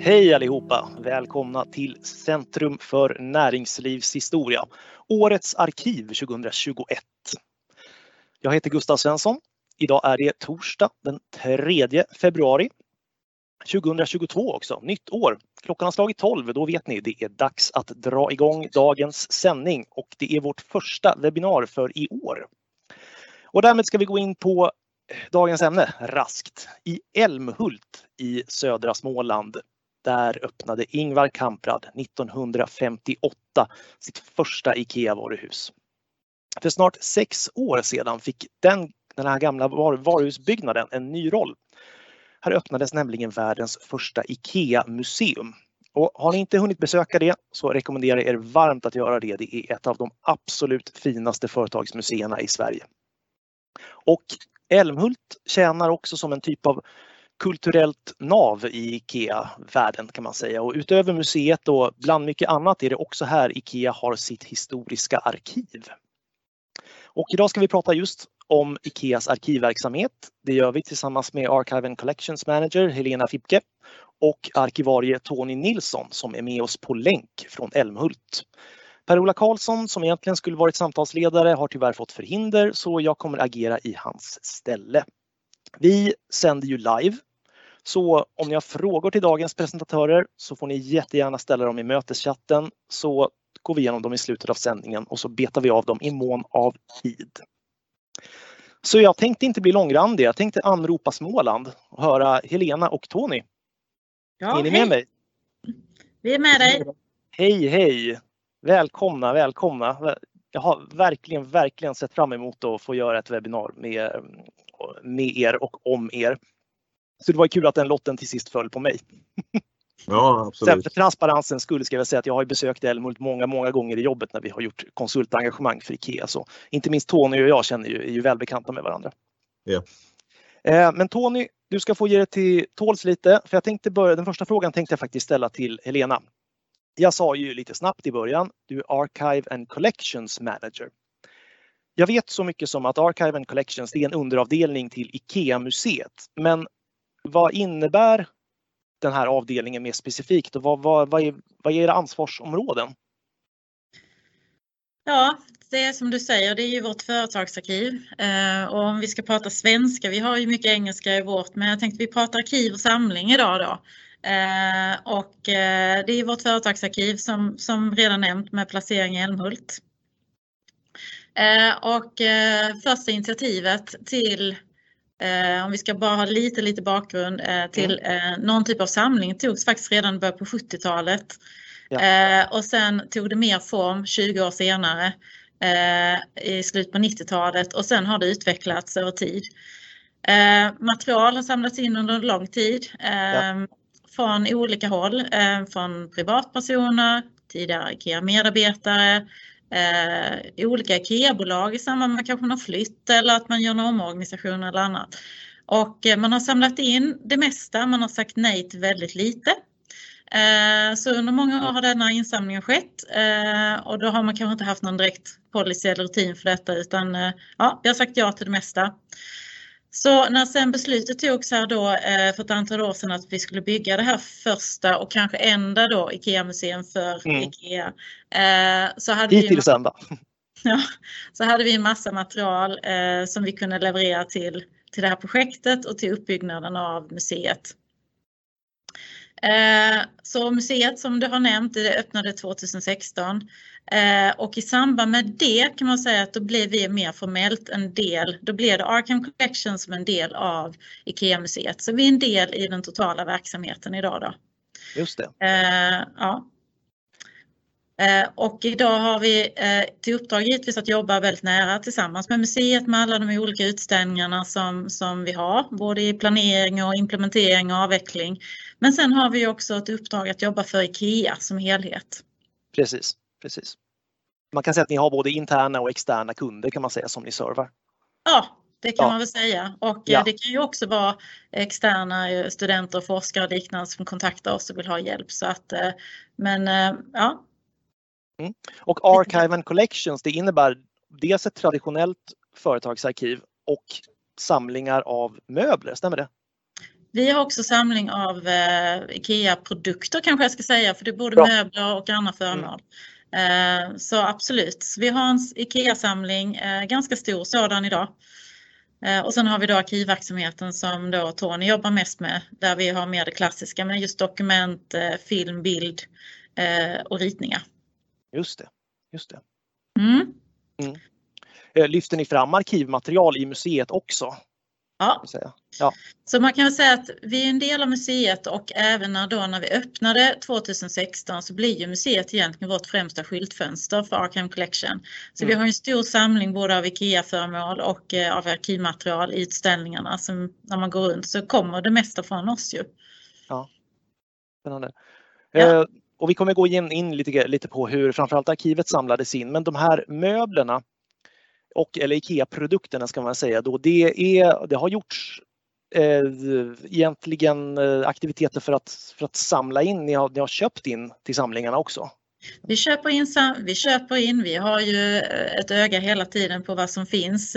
Hej allihopa! Välkomna till Centrum för näringslivshistoria, årets arkiv 2021. Jag heter Gustav Svensson. Idag är det torsdag den 3 februari 2022 också, nytt år. Klockan har slagit 12, då vet ni, det är dags att dra igång dagens sändning och det är vårt första webbinar för i år. Och därmed ska vi gå in på dagens ämne raskt. I Älmhult i södra Småland, där öppnade Ingvar Kamprad 1958 sitt första IKEA-varuhus. För snart 6 år sedan fick den här gamla varuhusbyggnaden en ny roll. Här öppnades nämligen världens första IKEA-museum. Och har ni inte hunnit besöka det så rekommenderar jag er varmt att göra det. Det är ett av de absolut finaste företagsmuseerna i Sverige. Och Älmhult tjänar också som en typ av kulturellt nav i IKEA-världen kan man säga. Och utöver museet och bland mycket annat är det också här IKEA har sitt historiska arkiv. Och idag ska vi prata just om IKEAs arkivverksamhet. Det gör vi tillsammans med Archive and Collections Manager Helena Fipke och arkivarie Tony Nilsson som är med oss på länk från Älmhult. Per-Ola Karlsson som egentligen skulle varit samtalsledare har tyvärr fått förhinder så jag kommer agera i hans ställe. Vi sänder ju live, så om ni har frågor till dagens presentatörer så får ni jättegärna ställa dem i möteschatten så går vi igenom dem i slutet av sändningen och så betar vi av dem i mån av tid. Så jag tänkte inte bli långrandig, jag tänkte anropa Småland och höra Helena och Tony. Ja, är ni med mig? Vi är med dig. Hej! Välkomna. Jag har verkligen sett fram emot att få göra ett webbinar med er och om er. Så det var kul att den lotten till sist föll på mig. Ja, absolut. Sen för transparensens skull ska jag säga att jag har besökt Älmhult många gånger i jobbet när vi har gjort konsultengagemang för IKEA. Så inte minst Tony och jag är ju välbekanta med varandra. Ja. Men Tony, du ska få ge det till tåls lite. För jag tänkte den första frågan tänkte jag faktiskt ställa till Helena. Jag sa ju lite snabbt i början, du är Archive and Collections Manager. Jag vet så mycket som att Archive and Collections är en underavdelning till IKEA-museet. Men vad innebär den här avdelningen mer specifikt och vad är era ansvarsområden? Ja, det är som du säger, det är ju vårt företagsarkiv. Och om vi ska prata svenska, vi har ju mycket engelska i vårt, men jag tänkte vi pratar arkiv och samling idag då. Och det är vårt företagsarkiv som redan nämnt med placering i Älmhult. Och första initiativet till, om vi ska bara ha lite bakgrund till någon typ av samling togs faktiskt redan i början på 70-talet. Ja. Och sen tog det mer form 20 år senare i slutet på 90-talet och sen har det utvecklats över tid. Material har samlats in under lång tid. Från olika håll, från privatpersoner, tidigare IKEA-medarbetare, olika IKEA-bolag i samband med kanske någon flytt eller att man gör någon omorganisation eller annat. Och man har samlat in det mesta, man har sagt nej till väldigt lite. Så under många år har denna insamlingen skett och då har man kanske inte haft någon direkt policy eller rutin för detta utan ja, vi har sagt ja till det mesta. Så när sen beslutet togs här då för ett antal år sedan att vi skulle bygga det här första och kanske enda då IKEA-museum för IKEA. Så hade hittills ända. Ja, så hade vi en massa material som vi kunde leverera till det här projektet och till uppbyggnaden av museet. Så museet som du har nämnt det öppnade 2016 och i samband med det kan man säga att då blev vi mer formellt en del, då blev det Archive and Collections som en del av IKEA-museet. Så vi är en del i den totala verksamheten idag då. Just det. Ja. Och idag har vi till uppdrag givetvis att jobba väldigt nära tillsammans med museet med alla de olika utställningarna som vi har, både i planering och implementering och avveckling. Men sen har vi också ett uppdrag att jobba för IKEA som helhet. Precis. Man kan säga att ni har både interna och externa kunder kan man säga som ni servar. Ja, det kan man väl säga. Och det kan ju också vara externa studenter och forskare och liknande som kontaktar oss och vill ha hjälp. Så att, men ja. Och Archive and Collections, det innebär dels ett traditionellt företagsarkiv och samlingar av möbler, stämmer det? Vi har också samling av IKEA-produkter kanske jag ska säga, för det är både Bra. möbler och andra föremål. Så absolut, vi har en IKEA-samling, ganska stor sådan idag. Och sen har vi då arkivverksamheten som då Tony jobbar mest med, där vi har mer det klassiska med just dokument, film, bild och ritningar. Just det. Lyfter ni fram arkivmaterial i museet också? Ja. Ja. Så man kan väl säga att vi är en del av museet, och även när vi öppnade 2016 så blir ju museet egentligen vårt främsta skyltfönster för Archive Collection. Så vi har en stor samling både av IKEA-föremål och av arkivmaterial i utställningarna, som när man går runt så kommer det mesta från oss ju. Ja, spännande. Ja. Och vi kommer gå in lite på hur framförallt arkivet samlades in, men de här möblerna eller IKEA-produkterna ska man säga då, det har gjorts egentligen aktiviteter för att samla in. Ni har köpt in till samlingarna också. Vi köper in. Vi har ju ett öga hela tiden på vad som finns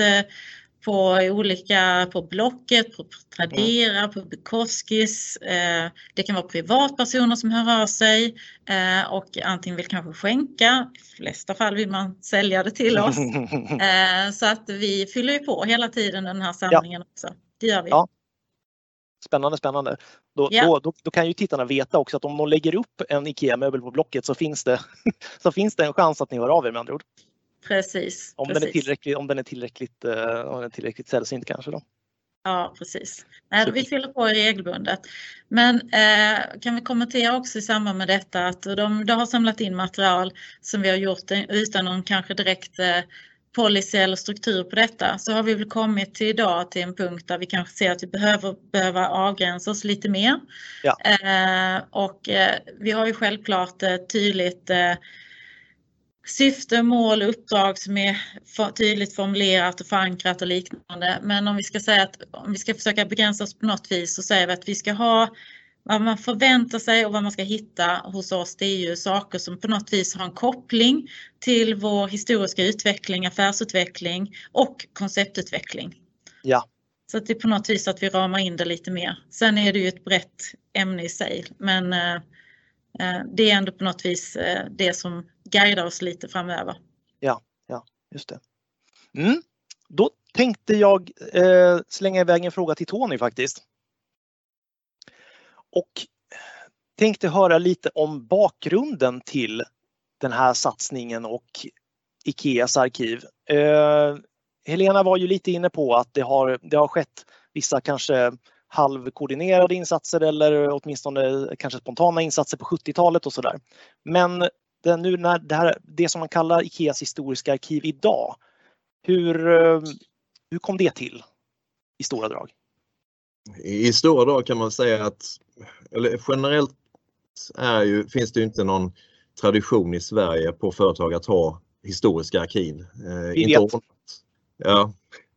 på Blocket, på Tradera, på Bukowskis. Det kan vara privatpersoner som hör av sig och antingen vill kanske skänka. I de flesta fall vill man sälja det till oss. Så att vi fyller ju på hela tiden den här samlingen också. Det gör vi. Ja. Spännande. Då kan ju tittarna veta också att om de lägger upp en IKEA-möbel på Blocket så finns det en chans att ni hör av er med andra ord. Precis. Om den är tillräckligt sällsynt kanske då. Ja, precis. Nej, vi fyller på regelbundet. Men kan vi kommentera också i samband med detta att de har samlat in material som vi har gjort utan någon kanske direkt policy eller struktur på detta, så har vi väl kommit till idag till en punkt där vi kanske ser att vi behöver avgränsa oss lite mer. Ja. Och vi har ju självklart tydligt syfte, mål och uppdrag som är tydligt formulerat och förankrat och liknande. Men om vi ska försöka begränsa oss på något vis, så säger vi att vi ska ha vad man förväntar sig och vad man ska hitta hos oss. Det är ju saker som på något vis har en koppling till vår historiska utveckling, affärsutveckling och konceptutveckling. Ja. Så att det är på något vis att vi ramar in det lite mer. Sen är det ju ett brett ämne i sig, men det är ändå på något vis det som guidar oss lite framöver. Ja, just det. Då tänkte jag slänga iväg en fråga till Tony faktiskt. Och tänkte höra lite om bakgrunden till den här satsningen och IKEAs arkiv. Helena var ju lite inne på att det har skett vissa kanske halvkoordinerade insatser eller åtminstone kanske spontana insatser på 70-talet och sådär. Men nu när det som man kallar IKEAs historiska arkiv idag, hur kom det till i stora drag? I stora drag kan man säga att, eller generellt finns det ju inte någon tradition i Sverige på företag att ha historiska arkiv. Vi vet. Ja,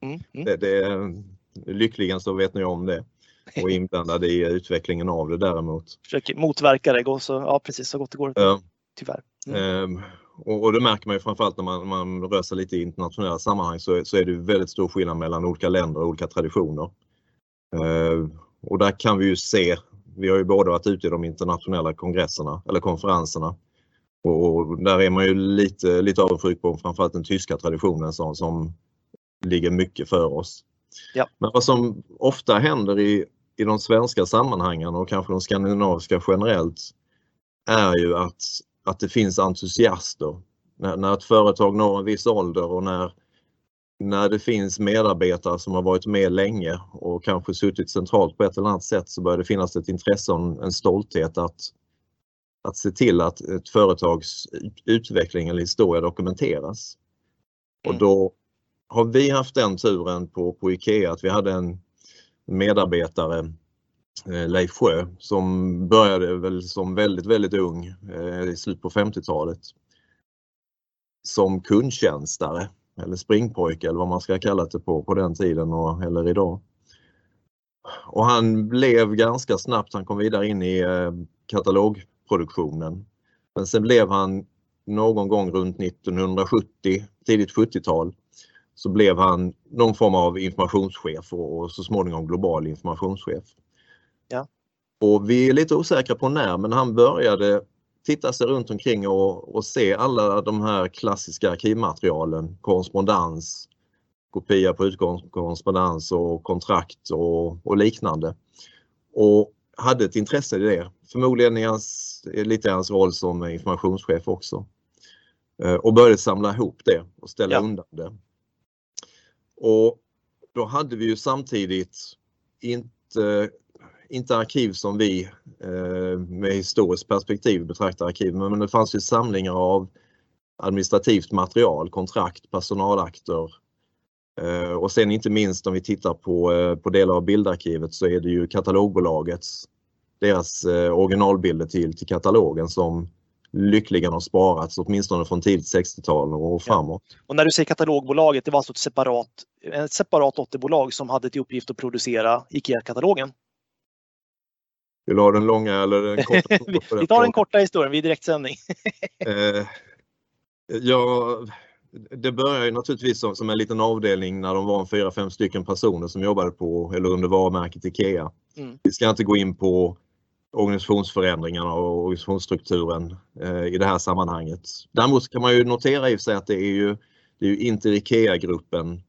lyckligen så vet ni om det och inblandade i utvecklingen av det däremot. Försöker motverka det, precis så gott det går. Ja. Tyvärr. Och det märker man ju framförallt när man rör sig lite i internationella sammanhang, så är det väldigt stor skillnad mellan olika länder och olika traditioner. Och där kan vi ju se, vi har ju båda varit ute i de internationella kongresserna eller konferenserna, och där är man ju lite avundsjuk på framförallt den tyska traditionen som ligger mycket för oss. Ja. Men vad som ofta händer i de svenska sammanhangen och kanske de skandinaviska generellt är ju att det finns entusiaster. När ett företag når en viss ålder och när det finns medarbetare som har varit med länge och kanske suttit centralt på ett eller annat sätt, så börjar det finnas ett intresse och en stolthet att se till att ett företags utveckling eller historia dokumenteras. Och då har vi haft den turen på IKEA att vi hade en medarbetare, Leif Sjö, som började väl som väldigt, väldigt ung i slutet på 50-talet som kundtjänstare eller springpojke eller vad man ska kalla det på den tiden eller idag. Och han blev ganska snabbt, han kom vidare in i katalogproduktionen. Men sen blev han någon gång runt 1970, tidigt 70-tal, så blev han någon form av informationschef och så småningom global informationschef. Och vi är lite osäkra på när, men han började titta sig runt omkring och se alla de här klassiska arkivmaterialen, korrespondens, kopia på utgångskorrespondens och kontrakt och liknande. Och hade ett intresse i det. Förmodligen lite i hans roll som informationschef också. Och började samla ihop det och ställa undan det. Och då hade vi ju samtidigt inte arkiv som vi med historiskt perspektiv betraktar arkiv, men det fanns ju samlingar av administrativt material, kontrakt, personalakter. Och sen inte minst om vi tittar på delar av bildarkivet så är det ju katalogbolagets, deras originalbilder till katalogen som lyckligen har sparats åtminstone från tidigt 60-tal och framåt. Ja. Och när du säger katalogbolaget, det var alltså ett separat dotterbolag som hade till uppgift att producera IKEA-katalogen? Vill du ha den långa eller den korta? Vi tar den korta historien, vi är direktsändning. Ja, det börjar ju naturligtvis som en liten avdelning när de var 4-5 stycken personer som jobbade på eller under varumärket IKEA. Vi ska inte gå in på organisationsförändringarna och organisationsstrukturen i det här sammanhanget. Däremot kan man ju notera i sig att det är ju inte IKEA-gruppen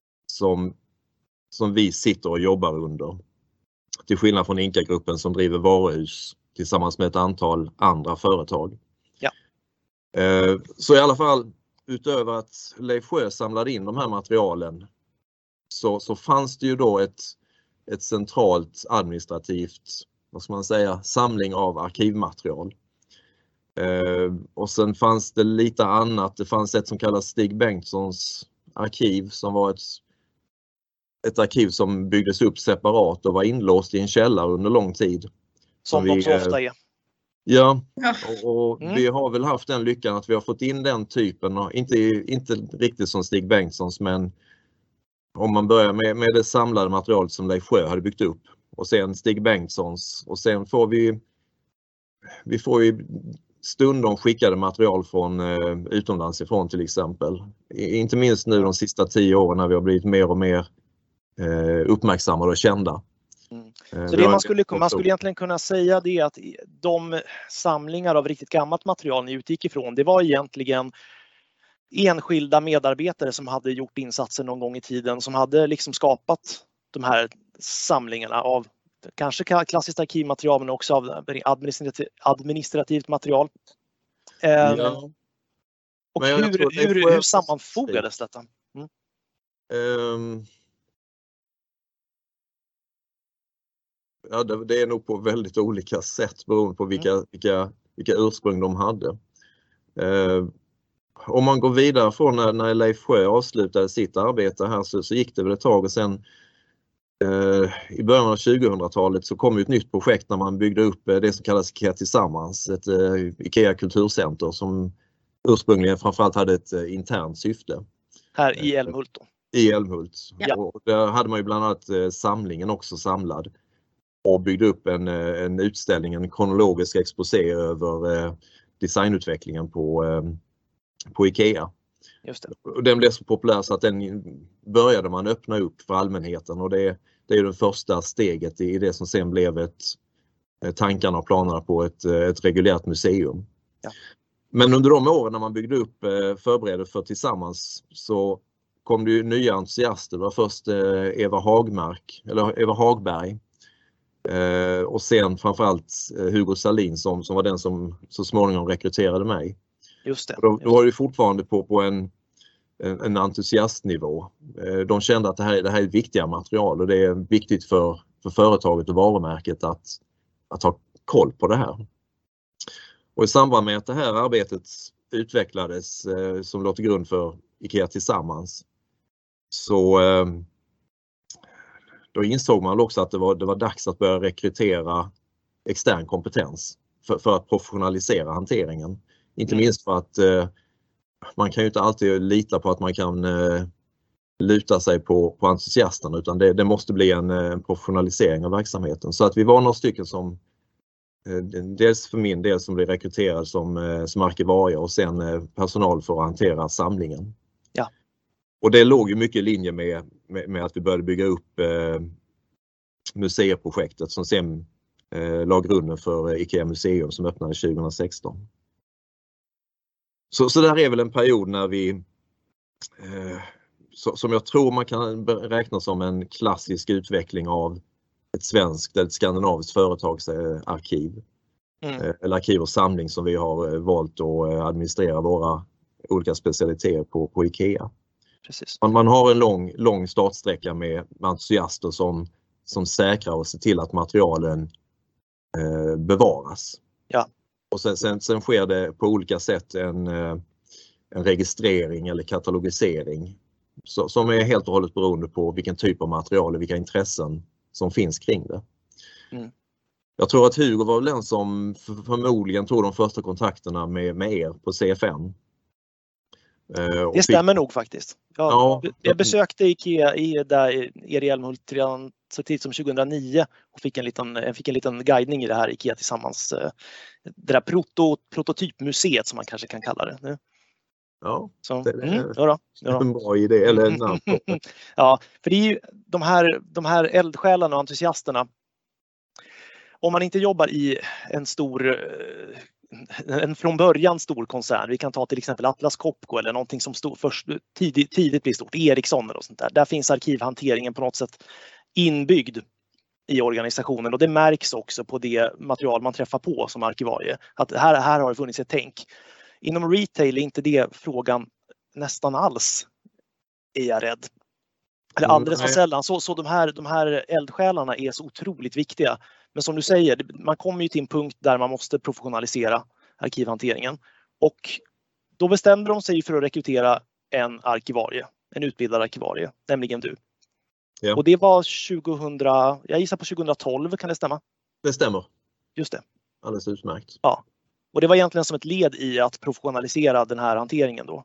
som vi sitter och jobbar under. Till skillnad från Inka-gruppen som driver varuhus tillsammans med ett antal andra företag. Ja. Så i alla fall, utöver att Leif Sjö samlade in de här materialen så fanns det ju då ett centralt administrativt, vad ska man säga, samling av arkivmaterial. Och sen fanns det lite annat. Det fanns ett som kallas Stig Bengtssons arkiv som var ett arkiv som byggdes upp separat och var inlåst i en källare under lång tid. Som de så ofta är. Ja, och vi har väl haft den lyckan att vi har fått in den typen, och inte riktigt som Stig Bengtssons, men om man börjar med det samlade materialet som Leif Sjö hade byggt upp och sen Stig Bengtssons, och sen får vi får ju stundom skickade material från utomlands ifrån till exempel. Inte minst nu de sista 10 åren när vi har blivit mer och mer uppmärksammade och kända. Så det man skulle egentligen kunna säga det att de samlingar av riktigt gammalt material ni utgick ifrån, det var egentligen enskilda medarbetare som hade gjort insatser någon gång i tiden, som hade liksom skapat de här samlingarna av kanske klassiskt arkivmaterial men också av administrativt material. Ja. Och hur sammanfogades detta? Ja, det är nog på väldigt olika sätt beroende på vilka ursprung de hade. Om man går vidare från när Leif Sjö avslutade sitt arbete här så gick det väl ett tag, och sen i början av 2000-talet så kom ett nytt projekt när man byggde upp det som kallas IKEA Tillsammans, ett IKEA kulturcenter som ursprungligen framförallt hade ett internt syfte. Här i Älmhult då? I Älmhult. Ja. Och där hade man ju bland annat samlingen också samlad och byggde upp en utställning, en kronologisk exposé över designutvecklingen på IKEA. Just det. Och den blev så populär så att den började man öppna upp för allmänheten, och det är ju det första steget i det som sen blev tankarna och planerna på ett reguljärt museum. Ja. Men under de åren när man byggde upp förberedde för Tillsammans så kom det ju nya entusiaster. Det var först Eva Hagberg och sen framförallt Hugo Salin som var den som så småningom rekryterade mig. Just det. Då var det fortfarande på en entusiastnivå. De kände att det här är viktiga material och det är viktigt för företaget och varumärket att ha koll på det här. Och i samband med att det här arbetet utvecklades som låg till grund för IKEA Tillsammans så då insåg man också att det var dags att börja rekrytera extern kompetens för att professionalisera hanteringen. Inte minst för att man kan ju inte alltid lita på att man kan luta sig på entusiasterna, utan det måste bli en professionalisering av verksamheten. Så att vi var några stycken som dels för min del som blev rekryterad som arkivarie och sen personal för att hantera samlingen. Ja. Och det låg ju mycket i linje med att vi började bygga upp museiprojektet som sen la grunden för IKEA Museum som öppnade 2016. Så där är väl en period när vi, som jag tror man kan räkna som en klassisk utveckling av ett svenskt eller ett skandinaviskt företagsarkiv. Eller arkiv och samling som vi har valt att administrera våra olika specialiteter på IKEA. Precis. Man har en lång startsträcka med entusiaster som säkrar och ser till att materialen bevaras. Ja. Och sen sker det på olika sätt en registrering eller katalogisering som är helt och hållet beroende på vilken typ av material och vilka intressen som finns kring det. Jag tror att Hugo var den som förmodligen tog de första kontakterna med er på CFN. Det stämmer nog faktiskt. Jag besökte IKEA i Älmhult redan så tidigt som 2009 och fick en liten guidning i det här IKEA tillsammans. Det där prototypmuseet som man kanske kan kalla det. Ja, så, det är en bra idé. Eller ja, för det är ju de här eldsjälarna och entusiasterna. Om man inte jobbar i en från början stor koncern, vi kan ta till exempel Atlas Copco eller någonting som tidigt blir stort, Ericsson och sånt där. Där finns arkivhanteringen på något sätt inbyggd i organisationen och det märks också på det material man träffar på som arkivarie. Att här har det funnits ett tänk. Inom retail är inte det frågan nästan alls, är jag rädd. Eller alldeles för sällan. Så de här eldsjälarna är så otroligt viktiga. Men som du säger, man kommer ju till en punkt där man måste professionalisera arkivhanteringen. Och då bestämde de sig för att rekrytera en arkivarie, en utbildad arkivarie, nämligen du. Ja. Och det var jag gissar på 2012, kan det stämma? Det stämmer. Just det. Alldeles utmärkt. Ja. Och det var egentligen som ett led i att professionalisera den här hanteringen då?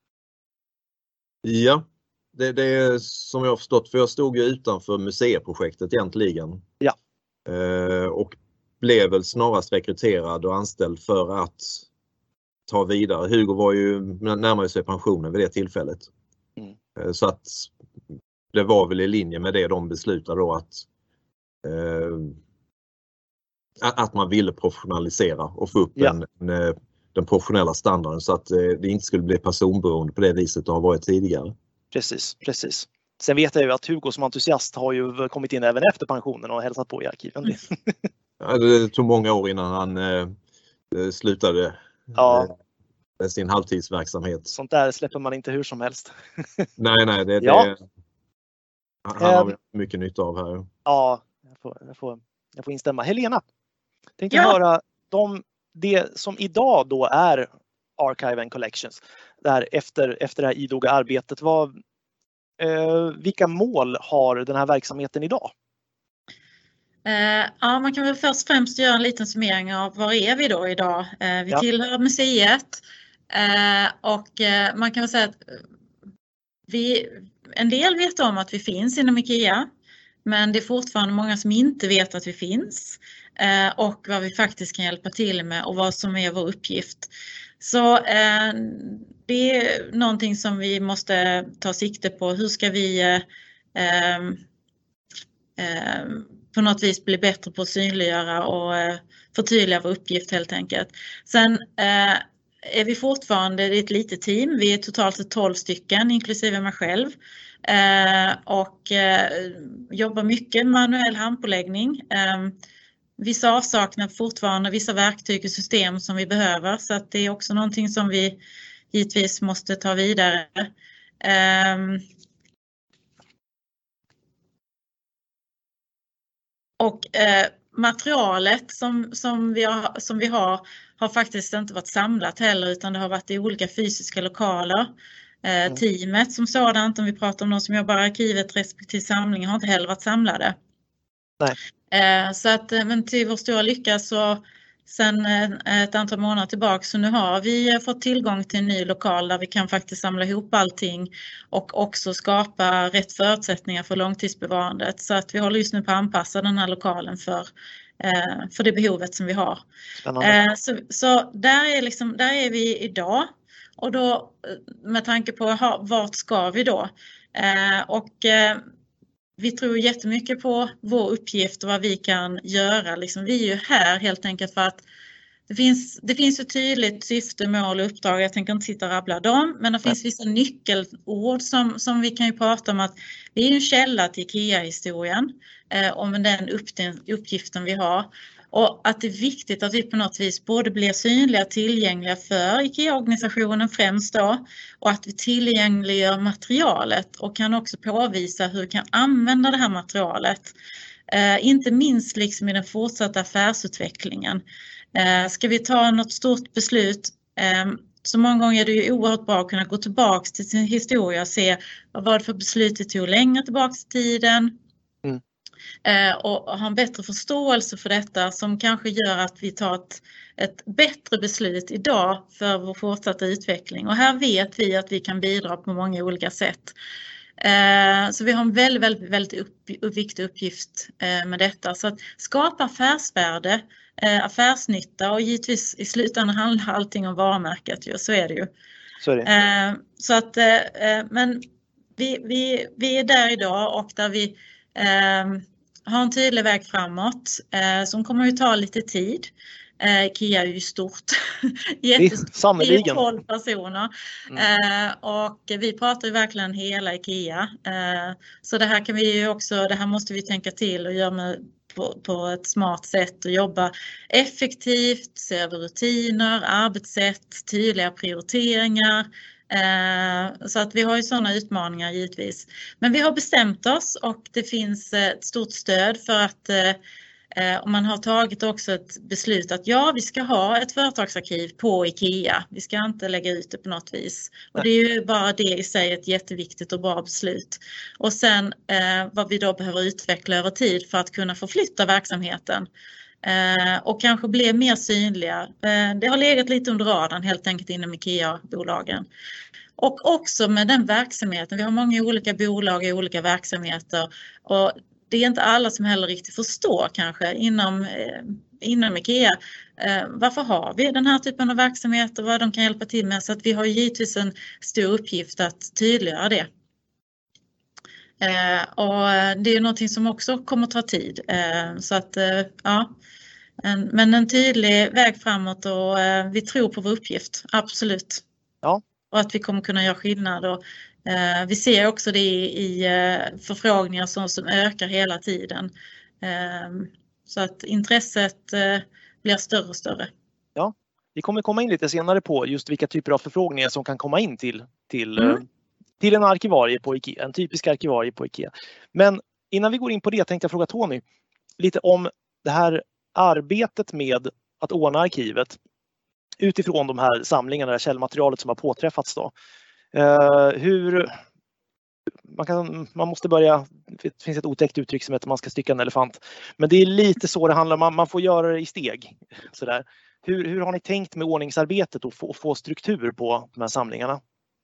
Ja, det är som jag har förstått, för jag stod ju utanför museiprojektet egentligen. Ja. Och blev väl snarast rekryterad och anställd för att ta vidare. Hugo var ju närmare sig pensionen vid det tillfället. Så att det var väl i linje med det de beslutade då att man ville professionalisera och få upp den professionella standarden så att det inte skulle bli personberoende på det viset det har varit tidigare. Precis. Sen vet jag ju att Hugo som entusiast har ju kommit in även efter pensionen och hälsat på i arkiven. Ja, det tog många år innan han slutade med sin halvtidsverksamhet. Sånt där släpper man inte hur som helst. Nej, han har mycket nytta av här. Ja, jag får instämma. Helena, tänkte höra det som idag då är Archive and Collections. Där efter det här idoga arbetet, vilka mål har den här verksamheten idag? Ja, man kan väl först och främst göra en liten summering av var är vi då idag. Vi tillhör museet och man kan väl säga att en del vet om att vi finns inom IKEA, men det är fortfarande många som inte vet att vi finns och vad vi faktiskt kan hjälpa till med och vad som är vår uppgift. Så det är någonting som vi måste ta sikte på. Hur ska vi på något vis bli bättre på att synliggöra och förtydliga vår uppgift helt enkelt. Sen är vi fortfarande ett litet team. Vi är totalt 12 stycken inklusive mig själv. Och jobbar mycket manuell handpåläggning. Vissa avsaknar fortfarande vissa verktyg och system som vi behöver, så att det är också någonting som vi givetvis måste ta vidare. Och materialet som vi har faktiskt inte varit samlat heller, utan det har varit i olika fysiska lokaler. Teamet som sådant, om vi pratar om någon som jobbar i arkivet respektive samlingen, har inte heller varit samlade. Nej. Så att, men till vår stora lycka så sen ett antal månader tillbaka så nu har vi fått tillgång till en ny lokal där vi kan faktiskt samla ihop allting och också skapa rätt förutsättningar för långtidsbevarandet. Så att vi håller just nu på att anpassa den här lokalen för det behovet som vi har. Så där är vi idag. Och då med tanke på vart ska vi då? vi tror jättemycket på vår uppgift och vad vi kan göra. Liksom, vi är ju här helt enkelt för att det finns ett tydligt syfte, mål och uppdrag. Jag tänker inte sitta och rabbla dem, men det finns vissa nyckelord som vi kan ju prata om, att vi är en källa till IKEA-historien om den uppgiften vi har. Och att det är viktigt att vi på något vis både blir synliga och tillgängliga för IKEA-organisationen främst då, och att vi tillgängliggör materialet och kan också påvisa hur vi kan använda det här materialet. Inte minst liksom i den fortsatta affärsutvecklingen. Ska vi ta något stort beslut, så många gånger är det ju oerhört bra att kunna gå tillbaka till sin historia och se vad var det för beslut vi tog längre tillbaka i tiden. Och ha en bättre förståelse för detta som kanske gör att vi tar ett bättre beslut idag för vår fortsatta utveckling. Och här vet vi att vi kan bidra på många olika sätt. Så vi har en väldigt viktig uppgift med detta. Så att skapa affärsvärde, affärsnytta, och givetvis i slutändan handlar allting om varumärket ju, så är det ju. Så att, men vi är där idag, och där vi har en tydlig väg framåt som kommer att ta lite tid. IKEA är ju stort. Jättestort. Vi är 12 personer. Och vi pratar ju verkligen hela IKEA. Så det här kan vi ju också, det här måste vi tänka till och göra på ett smart sätt och jobba effektivt, se över rutiner, arbetssätt, tydliga prioriteringar. Så att vi har ju sådana utmaningar givetvis. Men vi har bestämt oss, och det finns ett stort stöd för att om man har tagit också ett beslut att vi ska ha ett företagsarkiv på IKEA. Vi ska inte lägga ut det på något vis. Och det är ju bara det i sig ett jätteviktigt och bra beslut. Och sen vad vi då behöver utveckla över tid för att kunna förflytta verksamheten. Och kanske bli mer synliga. Det har legat lite under radarn helt enkelt inom IKEA-bolagen. Och också med den verksamheten. Vi har många olika bolag och olika verksamheter. Och det är inte alla som heller riktigt förstår kanske inom IKEA. Varför har vi den här typen av verksamhet och vad de kan hjälpa till med. Så att vi har givetvis en stor uppgift att tydliggöra det. Och det är någonting som också kommer att ta tid. Så att men en tydlig väg framåt, och vi tror på vår uppgift, absolut. Ja. Och att vi kommer kunna göra skillnad. Och vi ser också det i förfrågningar som ökar hela tiden. Så att intresset blir större och större. Ja, vi kommer komma in lite senare på just vilka typer av förfrågningar som kan komma in till en arkivarie på IKEA, en typisk arkivarie på IKEA. Men innan vi går in på det tänkte jag fråga Tony lite om det här arbetet med att ordna arkivet utifrån de här samlingarna, det här källmaterialet som har påträffats då. Hur man måste börja, det finns ett otäckt uttryck som heter man ska stycka en elefant, men det är lite så det handlar om, man får göra det i steg så där. Hur har ni tänkt med ordningsarbetet och få struktur på de här samlingarna?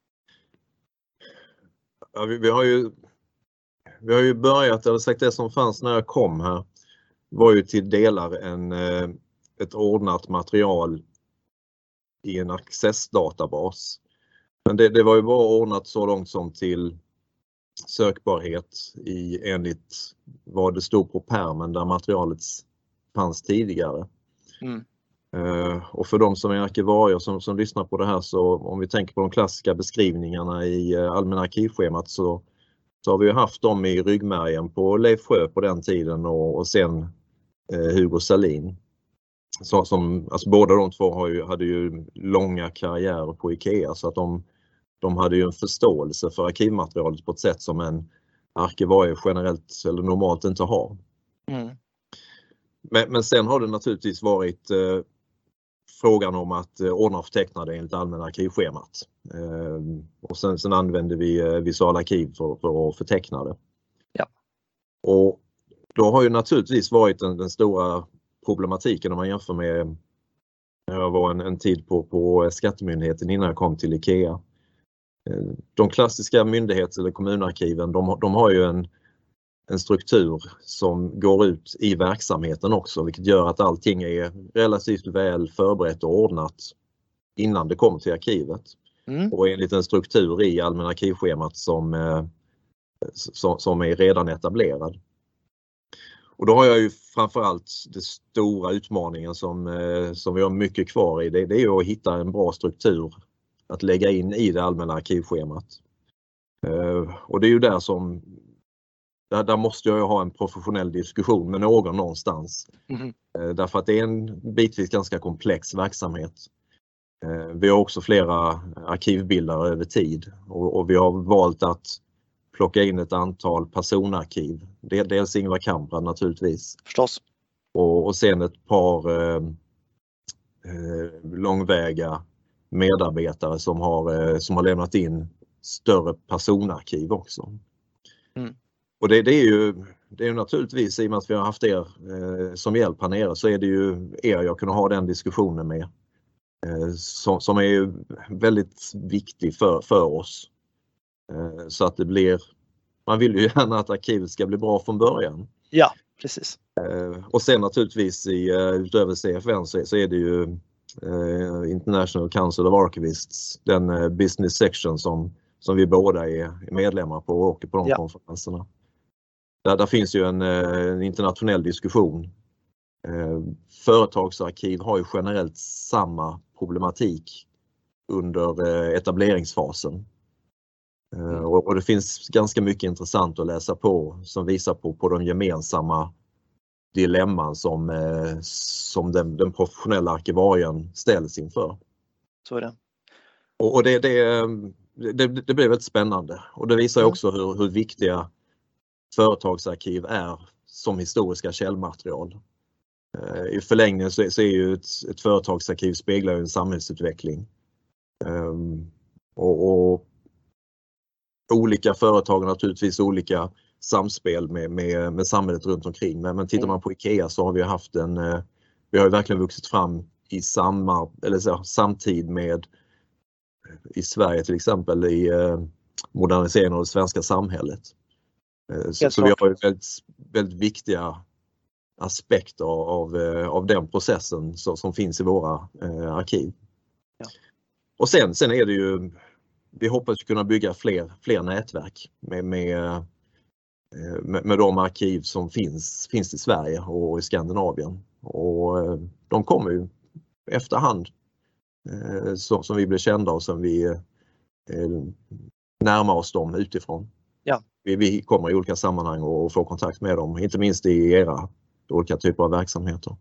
Ja, vi har ju börjat, eller sagt, det som fanns när jag kom här var ju till delar ett ordnat material i en accessdatabas. Men det var ju bara ordnat så långt som till sökbarhet enligt vad det stod på pärmen där materialet fanns tidigare. Och för de som är arkivarier som lyssnar på det här, så om vi tänker på de klassiska beskrivningarna i allmänna arkivschemat, så har vi ju haft dem i ryggmärgen på Leif Sjö på den tiden och sen Hugo Salin. Alltså båda de två hade ju långa karriärer på IKEA, så att de hade ju en förståelse för arkivmaterialet på ett sätt som en arkivarie generellt eller normalt inte har. Men sen har det naturligtvis varit frågan om att ordna och förteckna det enligt allmänna arkivschemat. Och sen använder vi visualarkiv för att förteckna det. Ja. Och då har ju naturligtvis varit den stora problematiken om man jämför med när jag var en tid på Skattemyndigheten innan jag kom till IKEA. De klassiska myndighets- eller kommunarkiven, de har ju en struktur som går ut i verksamheten också, vilket gör att allting är relativt väl förberett och ordnat innan det kommer till arkivet. Och enligt en struktur i allmänna arkivschemat som är redan etablerad. Och då har jag ju framförallt den stora utmaningen som vi har mycket kvar i. Det är ju att hitta en bra struktur att lägga in i det allmänna arkivschemat. Och det är ju där måste jag ju ha en professionell diskussion med någon någonstans. Därför att det är en bitvis ganska komplex verksamhet. Vi har också flera arkivbildare över tid och vi har valt att plocka in ett antal personarkiv. Dels Ingvar Kamprad naturligtvis. Förstås. Och sen ett par långväga medarbetare som har lämnat in större personarkiv också. Och det är ju naturligtvis, i och med att vi har haft er som hjälp här nere, så är det ju er jag kunde ha den diskussionen med. Som är ju väldigt viktig för oss. Så att det blir, man vill ju gärna att arkivet ska bli bra från början. Ja, precis. Och sen naturligtvis utöver CFN så är det ju International Council of Archivists, den business section som vi båda är medlemmar på och åker på de konferenserna. Där finns ju en internationell diskussion. Företagsarkiv har ju generellt samma problematik under etableringsfasen. Och det finns ganska mycket intressant att läsa på som visar på de gemensamma dilemman som den professionella arkivarien ställs inför. Så är det. Och det blir väldigt spännande. Och det visar också hur viktiga företagsarkiv är som historiska källmaterial. I förlängningen så är ju ett företagsarkiv speglar en samhällsutveckling. Och olika företag har naturligtvis olika samspel med samhället runt omkring. Men tittar man på IKEA så har vi har ju verkligen vuxit fram i samtid med i Sverige till exempel i moderniseringen av det svenska samhället. Så vi har ju väldigt viktiga aspekter av den processen som finns i våra arkiv. Ja. Och sen är det ju, vi hoppas kunna bygga fler nätverk med de arkiv som finns i Sverige och i Skandinavien. Och de kommer ju efterhand som vi blir kända och som vi närmar oss dem utifrån. Ja. Vi kommer i olika sammanhang och får kontakt med dem, inte minst i era olika typer av verksamheter.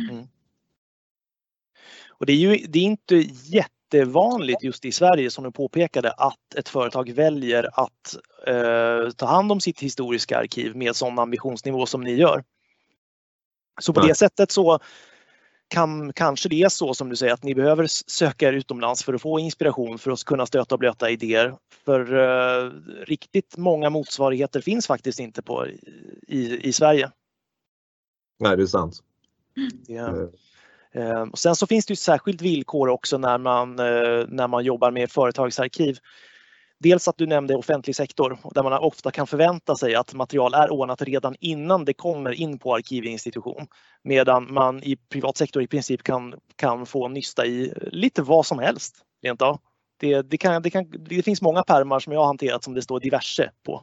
Och det är inte jättevanligt just i Sverige, som du påpekade, att ett företag väljer att ta hand om sitt historiska arkiv med sån ambitionsnivå som ni gör. Så på det sättet så kanske det är så som du säger, att ni behöver söka er utomlands för att få inspiration, för att kunna stöta och blöta idéer. För riktigt många motsvarigheter finns faktiskt inte i Sverige. Nej, det är sant. Och sen så finns det ju särskilt villkor också när man jobbar med företagsarkiv. Dels att du nämnde offentlig sektor, där man ofta kan förvänta sig att material är ordnat redan innan det kommer in på arkivinstitution. Medan man i privat sektor i princip kan få nysta i lite vad som helst. Rent av. Det finns många pärmar som jag har hanterat som det står diverse på.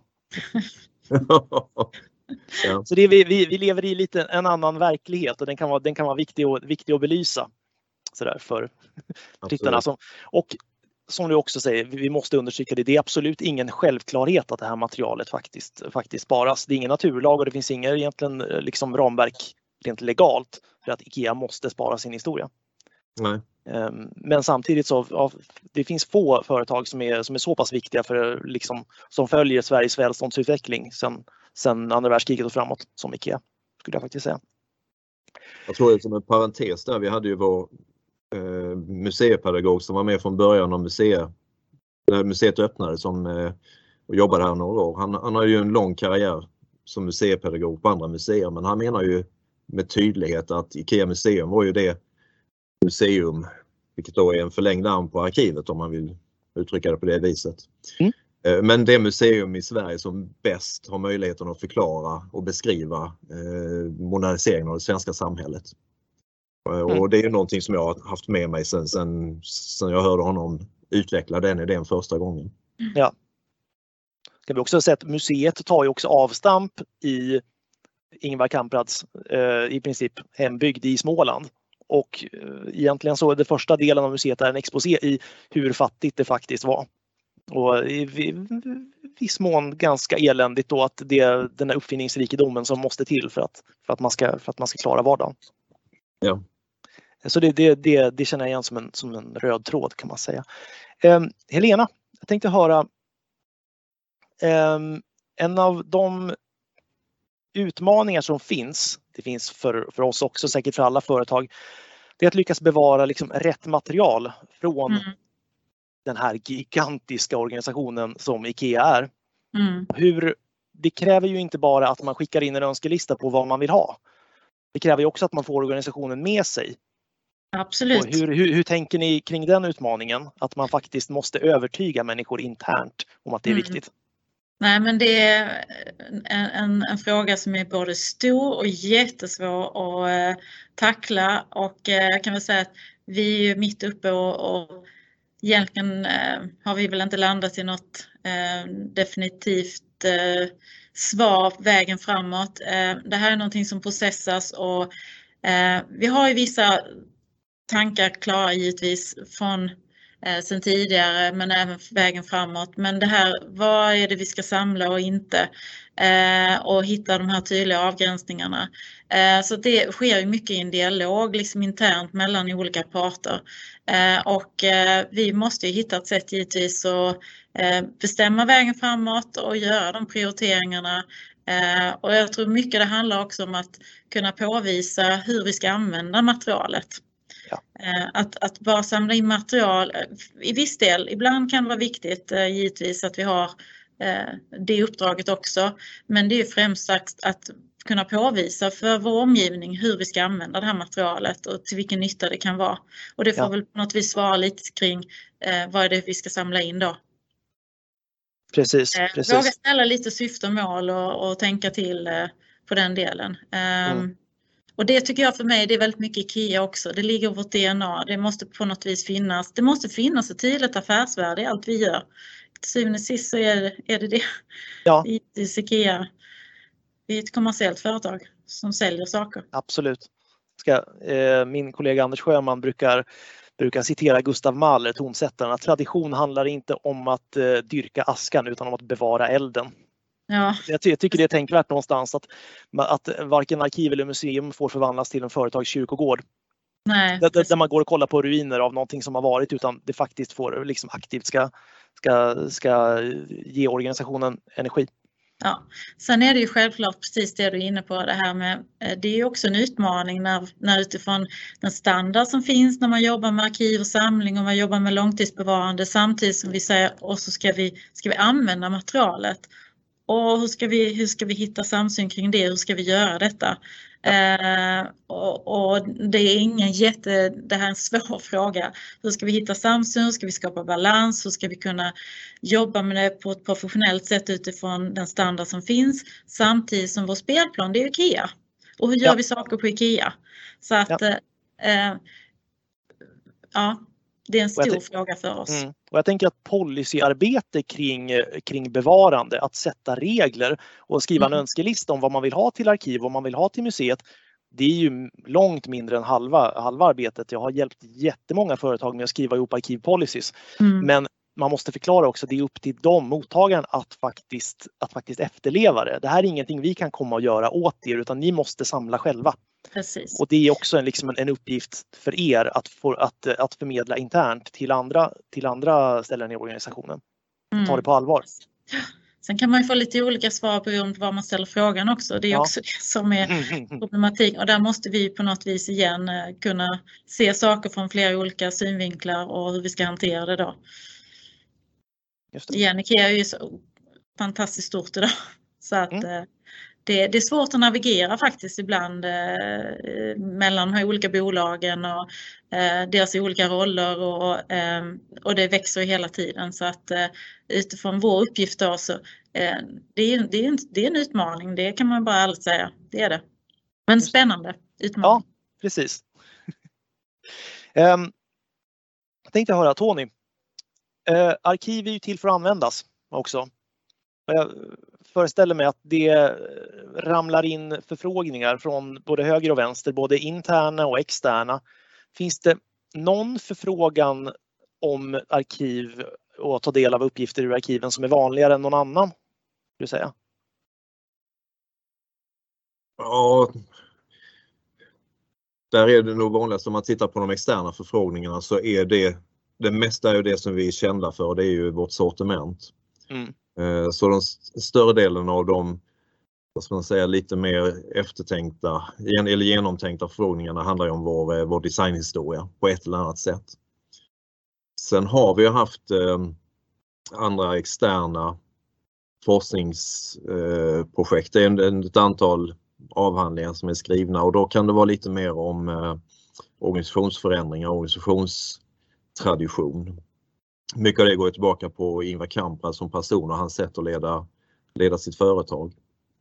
Ja. Så vi lever i lite en annan verklighet, och den kan vara viktig att belysa så där för tittarna. Och som du också säger, vi måste understryka det är absolut ingen självklarhet att det här materialet faktiskt sparas. Det är ingen naturlag och det finns ingen egentligen liksom ramverk rent legalt för att IKEA måste spara sin historia. Nej. Men samtidigt så det finns få företag som är så pass viktiga för liksom, som följer Sveriges välståndsutveckling sen andra världskriget och framåt som IKEA, skulle jag faktiskt säga. Jag tror som en parentes där, vi hade ju vår museipedagog som var med från början av när museet öppnade och jobbade här några år. Han har ju en lång karriär som museipedagog på andra museer, men han menar ju med tydlighet att IKEA museum var ju det museum, vilket då är en förlängd arm på arkivet om man vill uttrycka det på det viset. Men det museum i Sverige som bäst har möjligheten att förklara och beskriva moderniseringen av det svenska samhället. Och det är ju någonting som jag har haft med mig sen jag hörde honom utveckla den idén första gången. Ja. ska vi också säga att museet tar ju också avstamp i Ingvar Kamprads i princip hembygd i Småland. Och egentligen så är det första delen av museet är en exposé i hur fattigt det faktiskt var. Och i viss mån ganska eländigt då att det är den här uppfinningsrikedomen som måste till för att man ska klara vardagen. Ja. Så det känner jag igen som en röd tråd kan man säga. Helena, jag tänkte höra en av de utmaningar som finns, det finns för oss också, säkert för alla företag, det är att lyckas bevara liksom rätt material från den här gigantiska organisationen som IKEA är. Det kräver ju inte bara att man skickar in en önskelista på vad man vill ha. Det kräver ju också att man får organisationen med sig. Absolut. Och hur tänker ni kring den utmaningen? Att man faktiskt måste övertyga människor internt om att det är viktigt. Nej, men det är en fråga som är både stor och jättesvår att tackla, och jag kan väl säga att vi är mitt uppe och egentligen har vi väl inte landat i något definitivt svar vägen framåt. Det här är någonting som processas, och vi har ju vissa tankar klara givetvis från sen tidigare, men även vägen framåt. Men det här, vad är det vi ska samla och inte? Och hitta de här tydliga avgränsningarna. Så det sker ju mycket i en dialog liksom internt mellan olika parter. Och vi måste ju hitta ett sätt givetvis att bestämma vägen framåt och göra de prioriteringarna. Och jag tror mycket det handlar också om att kunna påvisa hur vi ska använda materialet. Ja. Att bara samla in material i viss del, ibland kan det vara viktigt givetvis att vi har det uppdraget också, men det är främst att kunna påvisa för vår omgivning hur vi ska använda det här materialet och till vilken nytta det kan vara. Och det får väl på något vis svara lite kring vad är det vi ska samla in då. Precis. Våga ställa lite syfte och mål och tänka till på den delen. Och det tycker jag för mig, det är väldigt mycket IKEA också. Det ligger i vårt DNA. Det måste på något vis finnas. Det måste finnas ett tydligt affärsvärde i allt vi gör. Till syvende och sist så är det. Ja. I IKEA. Vi är ett kommersiellt företag som säljer saker. Absolut. Min kollega Anders Sjöman brukar citera Gustav Mahler, tonsättaren, att tradition handlar inte om att dyrka askan utan om att bevara elden. Ja. Jag tycker det är tänkvärt någonstans att varken arkiv eller museum får förvandlas till en företagskyrkogård. Nej, där man går och kollar på ruiner av någonting som har varit, utan det faktiskt får liksom aktivt ska ge organisationen energi. Ja, sen är det ju självklart precis det du är inne på, det här med, det är ju också en utmaning när utifrån den standard som finns när man jobbar med arkiv och samling och man jobbar med långtidsbevarande, samtidigt som vi säger, och så ska vi använda materialet. Och hur ska vi hitta samsyn kring det? Hur ska vi göra detta? Och det är det här är en svår fråga. Hur ska vi hitta samsyn? Hur ska vi skapa balans? Hur ska vi kunna jobba med det på ett professionellt sätt utifrån den standard som finns? Samtidigt som vår spelplan, det är IKEA. Och hur gör vi saker på IKEA? Så att det är en stor fråga för oss. Och jag tänker att policyarbete kring bevarande, att sätta regler och skriva en önskelista om vad man vill ha till arkiv och vad man vill ha till museet, det är ju långt mindre än halva arbetet. Jag har hjälpt jättemånga företag med att skriva ihop arkivpolicies. Men man måste förklara också, det är upp till mottagaren att faktiskt efterleva det. Det här är ingenting vi kan komma och göra åt er, utan ni måste samla själva. Precis. Och det är också en uppgift för er att förmedla internt till andra ställen i organisationen. Ta det på allvar. Sen kan man ju få lite olika svar beroende på vad man ställer frågan också. Det är också det som är problematik. Och där måste vi på något vis igen kunna se saker från flera olika synvinklar och hur vi ska hantera det då. Igen, IKEA är ju så fantastiskt stort idag. Så att det är svårt att navigera faktiskt ibland mellan de här olika bolagen och deras olika roller och det växer hela tiden. Så att utifrån vår uppgift då så det är en utmaning, det kan man bara ärligt säga, det är det. Men spännande utmaning. Ja, precis. Jag tänkte höra Tony. Arkiv är ju till för att användas också. Jag föreställer mig att det ramlar in förfrågningar från både höger och vänster, både interna och externa. Finns det någon förfrågan om arkiv och att ta del av uppgifter ur arkiven som är vanligare än någon annan, skulle du säga? Ja, där är det nog vanligast om man tittar på de externa förfrågningarna, så är det mesta är det som vi är kända för, det är ju vårt sortiment. Så den större delen av de, vad ska man säga, lite mer eftertänkta eller genomtänkta förfrågningarna handlar ju om vår designhistoria på ett eller annat sätt. Sen har vi haft andra externa forskningsprojekt. Det är ett antal avhandlingar som är skrivna, och då kan det vara lite mer om organisationsförändringar, organisationstradition. Mycket av det går tillbaka på Ingvar Kamprad som person och hans sätt att leda sitt företag.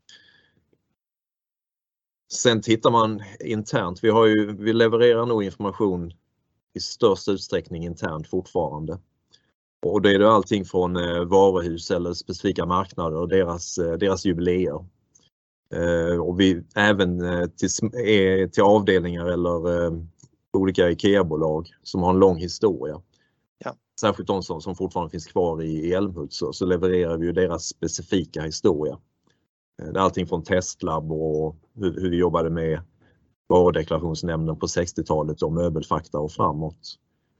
Sen tittar man internt. Vi levererar nog information i störst utsträckning internt fortfarande. Och det är det allting från varuhus eller specifika marknader och deras jubileer. Och vi även till avdelningar eller olika IKEA-bolag som har en lång historia. Ja. Särskilt de som fortfarande finns kvar i Älmhult, så levererar vi ju deras specifika historia. Det är allting från testlab och hur vi jobbade med varudeklarationsnämnden på 60-talet och möbelfakta och framåt.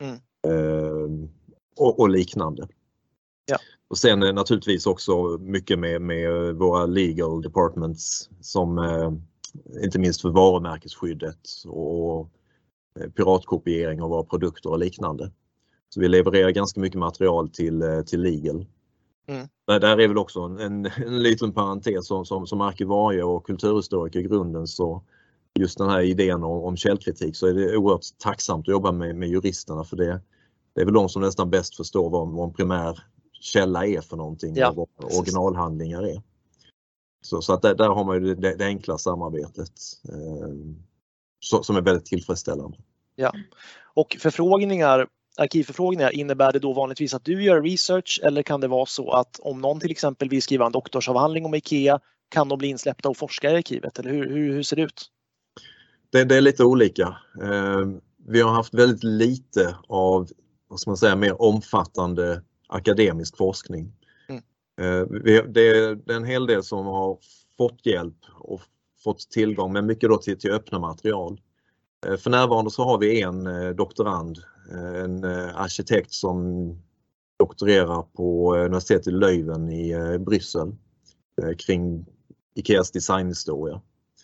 Och liknande. Ja. Och sen naturligtvis också mycket med våra legal departments som inte minst för varumärkesskyddet och piratkopiering av våra produkter och liknande. Så vi levererar ganska mycket material till legal. Där är väl också en liten parentes som arkivarie och kulturhistoriker i grunden, så just den här idén om källkritik, så är det oerhört tacksamt att jobba med juristerna, för det är väl de som nästan bäst förstår vad en primär källa är för någonting, ja, och vad originalhandlingar är. Så att där har man ju det enkla samarbetet som är väldigt tillfredsställande. Ja, och arkivförfrågningar, innebär det då vanligtvis att du gör research, eller kan det vara så att om någon till exempel vill skriva en doktorsavhandling om IKEA, kan de bli insläppta och forska i arkivet, eller hur ser det ut? Det är lite olika. Vi har haft väldigt lite av, vad ska man säga, mer omfattande akademisk forskning. Det är en hel del som har fått hjälp och fått tillgång, men mycket då till öppna material. För närvarande så har vi en doktorand, en arkitekt som doktorerar på universitetet i Leuven i Bryssel kring IKEAs designhistoria.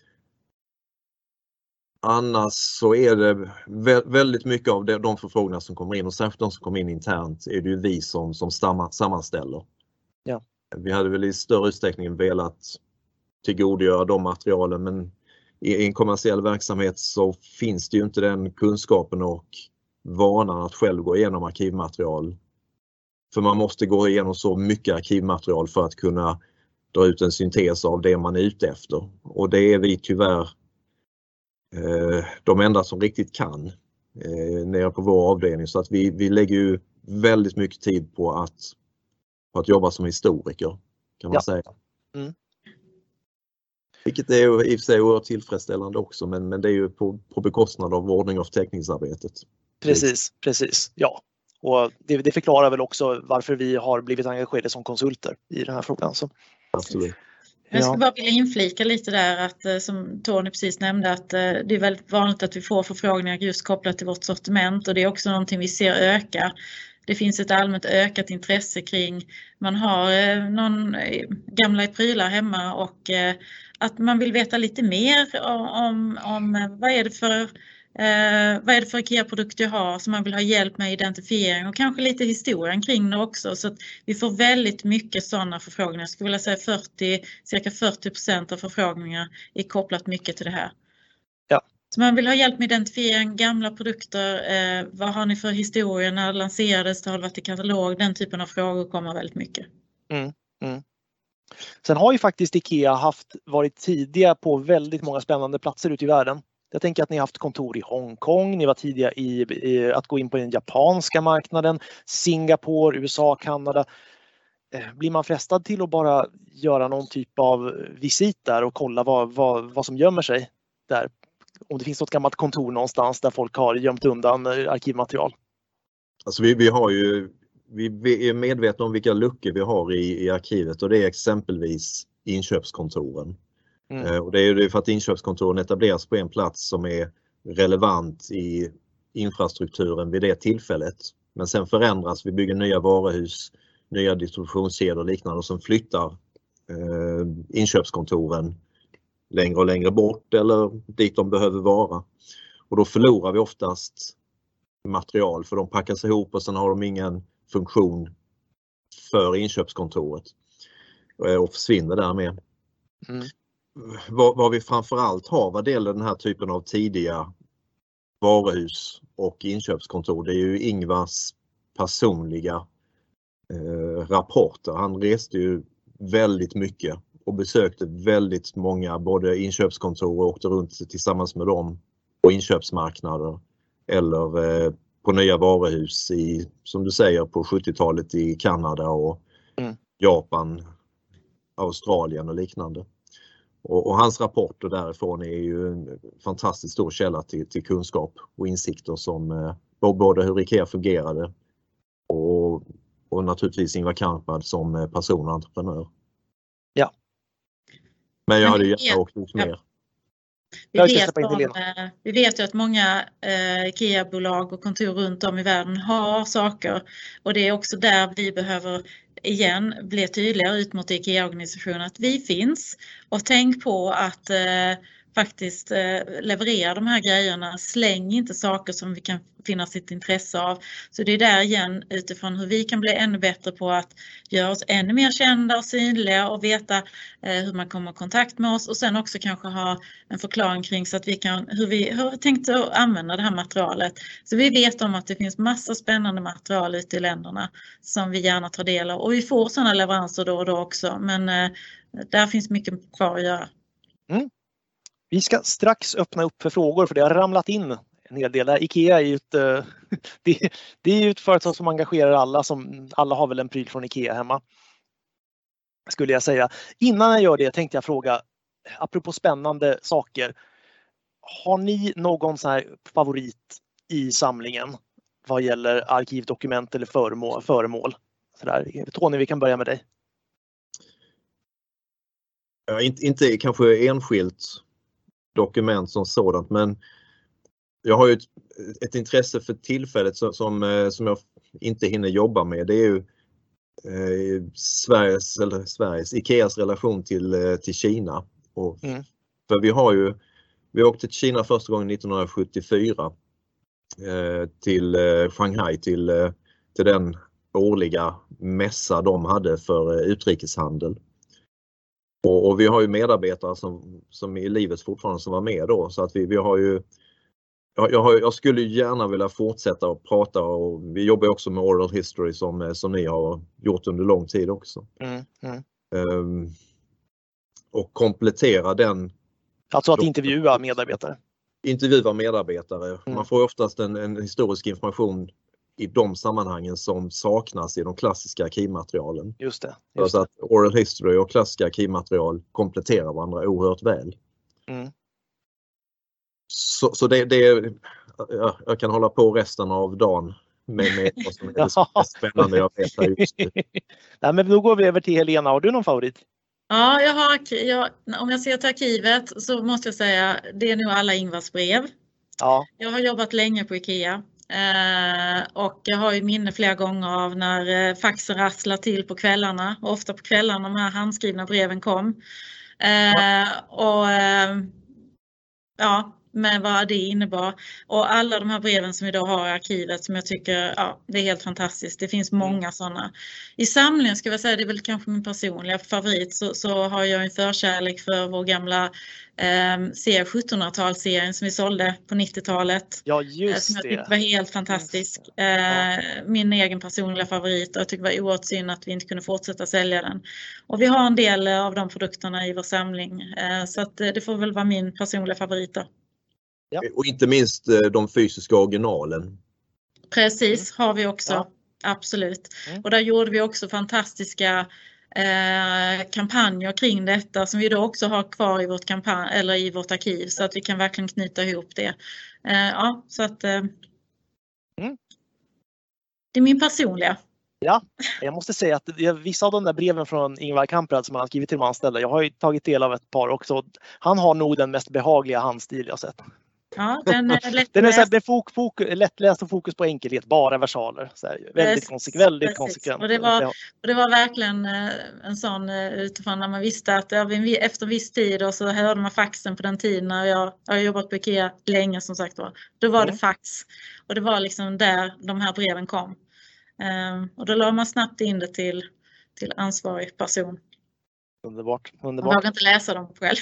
Annars så är det väldigt mycket av de förfrågningar som kommer in, och särskilt de som kommer in internt, är det ju vi som sammanställer. Ja. Vi hade väl i större utsträckning velat tillgodogöra de materialen, men i en kommersiell verksamhet så finns det ju inte den kunskapen och vanan att själv gå igenom arkivmaterial. För man måste gå igenom så mycket arkivmaterial för att kunna dra ut en syntes av det man är ute efter. Och det är vi tyvärr de enda som riktigt kan nere på vår avdelning. Så att vi lägger ju väldigt mycket tid på att jobba som historiker, kan man säga. Vilket är i och för sig oerhört tillfredsställande också, men det är ju på bekostnad av ordning och förteckningsarbetet. Precis. Ja. Och det förklarar väl också varför vi har blivit engagerade som konsulter i den här frågan. Så. Absolut. Jag ska bara vilja inflika lite där att, som Tony precis nämnde, att det är väldigt vanligt att vi får förfrågningar just kopplat till vårt sortiment, och det är också någonting vi ser öka. Det finns ett allmänt ökat intresse kring, man har någon gamla prylar hemma och att man vill veta lite mer om vad är det för IKEA-produkter jag har, som man vill ha hjälp med identifiering, och kanske lite historien kring det också. Så att vi får väldigt mycket sådana förfrågningar. Jag skulle vilja säga cirka 40% av förfrågningar är kopplat mycket till det här. Ja. Så man vill ha hjälp med identifiering, gamla produkter, vad har ni för historia, när det lanserades, det har varit i katalog, den typen av frågor kommer väldigt mycket. Sen har ju faktiskt IKEA varit tidiga på väldigt många spännande platser ute i världen. Jag tänker att ni har haft kontor i Hongkong, ni var tidiga i att gå in på den japanska marknaden, Singapore, USA, Kanada. blir man frestad till att bara göra någon typ av visit där och kolla vad som gömmer sig där? Om det finns något gammalt kontor någonstans där folk har gömt undan arkivmaterial? Alltså vi är medvetna om vilka luckor vi har i arkivet, och det är exempelvis inköpskontoren. Och det är ju för att inköpskontoren etableras på en plats som är relevant i infrastrukturen vid det tillfället. Men sen förändras, vi bygger nya varuhus, nya distributionskedjor och liknande, och som flyttar inköpskontoren längre och längre bort eller dit de behöver vara. Och då förlorar vi oftast material, för de packas ihop och sen har de ingen funktion för inköpskontoret och försvinner därmed. Vad vi framförallt har vad det gäller den här typen av tidiga varuhus och inköpskontor, det är ju Ingvars personliga rapporter. Han reste ju väldigt mycket och besökte väldigt många både inköpskontor och åkte runt tillsammans med dem på inköpsmarknader eller på nya varuhus i, som du säger, på 70-talet i Kanada och Japan, Australien och liknande. Och hans rapporter därifrån är ju en fantastiskt stor källa till kunskap och insikter som både hur IKEA fungerade och naturligtvis Ingvar Kamprad som person och entreprenör. Ja. Men jag hade gärna åkt ut mer. Vi vet ju att många IKEA-bolag och kontor runt om i världen har saker, och det är också där vi behöver igen bli tydligare ut mot IKEA-organisationen att vi finns, och tänk på att faktiskt leverera de här grejerna. Släng inte saker som vi kan finna sitt intresse av. Så det är där igen utifrån hur vi kan bli ännu bättre på att göra oss ännu mer kända och synliga och veta hur man kommer i kontakt med oss, och sen också kanske ha en förklaring kring så att vi kan hur vi tänkt att använda det här materialet. Så vi vet om att det finns massa spännande material ute i länderna som vi gärna tar del av, och vi får sådana leveranser då och då också, men där finns mycket kvar att göra. Vi ska strax öppna upp för frågor, för det har ramlat in en hel del. IKEA är ju det är ju ett företag som engagerar alla. Alla har väl en pryl från IKEA hemma, skulle jag säga. Innan jag gör det tänkte jag fråga, apropå spännande saker. Har ni någon så här favorit i samlingen vad gäller arkivdokument eller föremål? Så där. Tony, vi kan börja med dig. Ja, inte kanske enskilt dokument som sådant, men jag har ju ett intresse för tillfället som jag inte hinner jobba med. Det är ju Sveriges IKEAs relation till Kina. För vi åkte till Kina första gången 1974 till Shanghai till den årliga mässa de hade för utrikeshandel. Och vi har ju medarbetare som är i livet fortfarande som var med då, så att vi har ju jag skulle gärna vilja fortsätta att prata, och vi jobbar också med oral history som ni har gjort under lång tid också. Och komplettera den. Alltså att intervjua medarbetare. Man får oftast en historisk information i de sammanhangen som saknas i de klassiska arkivmaterialen. Just det. Så att oral history och klassiska arkivmaterial kompletterar varandra oerhört väl. Så jag kan hålla på resten av dagen med vad som är det spännande jag vet här just nu. Nej, men då går vi över till Helena. Har du någon favorit? Ja, om jag ser till arkivet så måste jag säga det är nog alla Ingvars brev. Ja. Jag har jobbat länge på IKEA. Och jag har ju minne flera gånger av när faxen rasslar till på kvällarna, och ofta på kvällarna de här handskrivna breven kom. Med vad det innebar. Och alla de här breven som vi då har i arkivet som jag tycker, det är helt fantastiskt. Det finns många sådana. I samlingen ska jag säga, det är väl kanske min personliga favorit, så har jag en förkärlek för vår gamla C1700-talsserien som vi sålde på 90-talet. Ja, just som jag det. tyckte var helt fantastisk. Min egen personliga favorit, och jag tycker det var oerhört synd att vi inte kunde fortsätta sälja den. Och vi har en del av de produkterna i vår samling, så att det får väl vara min personliga favorit då. Ja. Och inte minst de fysiska originalen. Precis, har vi också. absolut. Och där gjorde vi också fantastiska kampanjer kring detta som vi då också har kvar i vårt i vårt arkiv, så att vi kan verkligen knyta ihop det. Så att det är min personliga. Ja, jag måste säga att vissa av de där breven från Ingvar Kamprad som han har skrivit till de anställda, jag har ju tagit del av ett par också. Han har nog den mest behagliga handstil jag sett. Ja, den är lättläst. Den är så här, lättläst och fokus på enkelhet, bara versaler. Så här, väldigt konsekvent. Och det var verkligen en sån utifrån när man visste att efter viss tid och så hörde man faxen på den tiden när jag har jobbat på IKEA länge som sagt då var det fax. Och det var liksom där de här breven kom. Och då la man snabbt in det till ansvarig person. Underbart. Jag vågade inte läsa dem själv.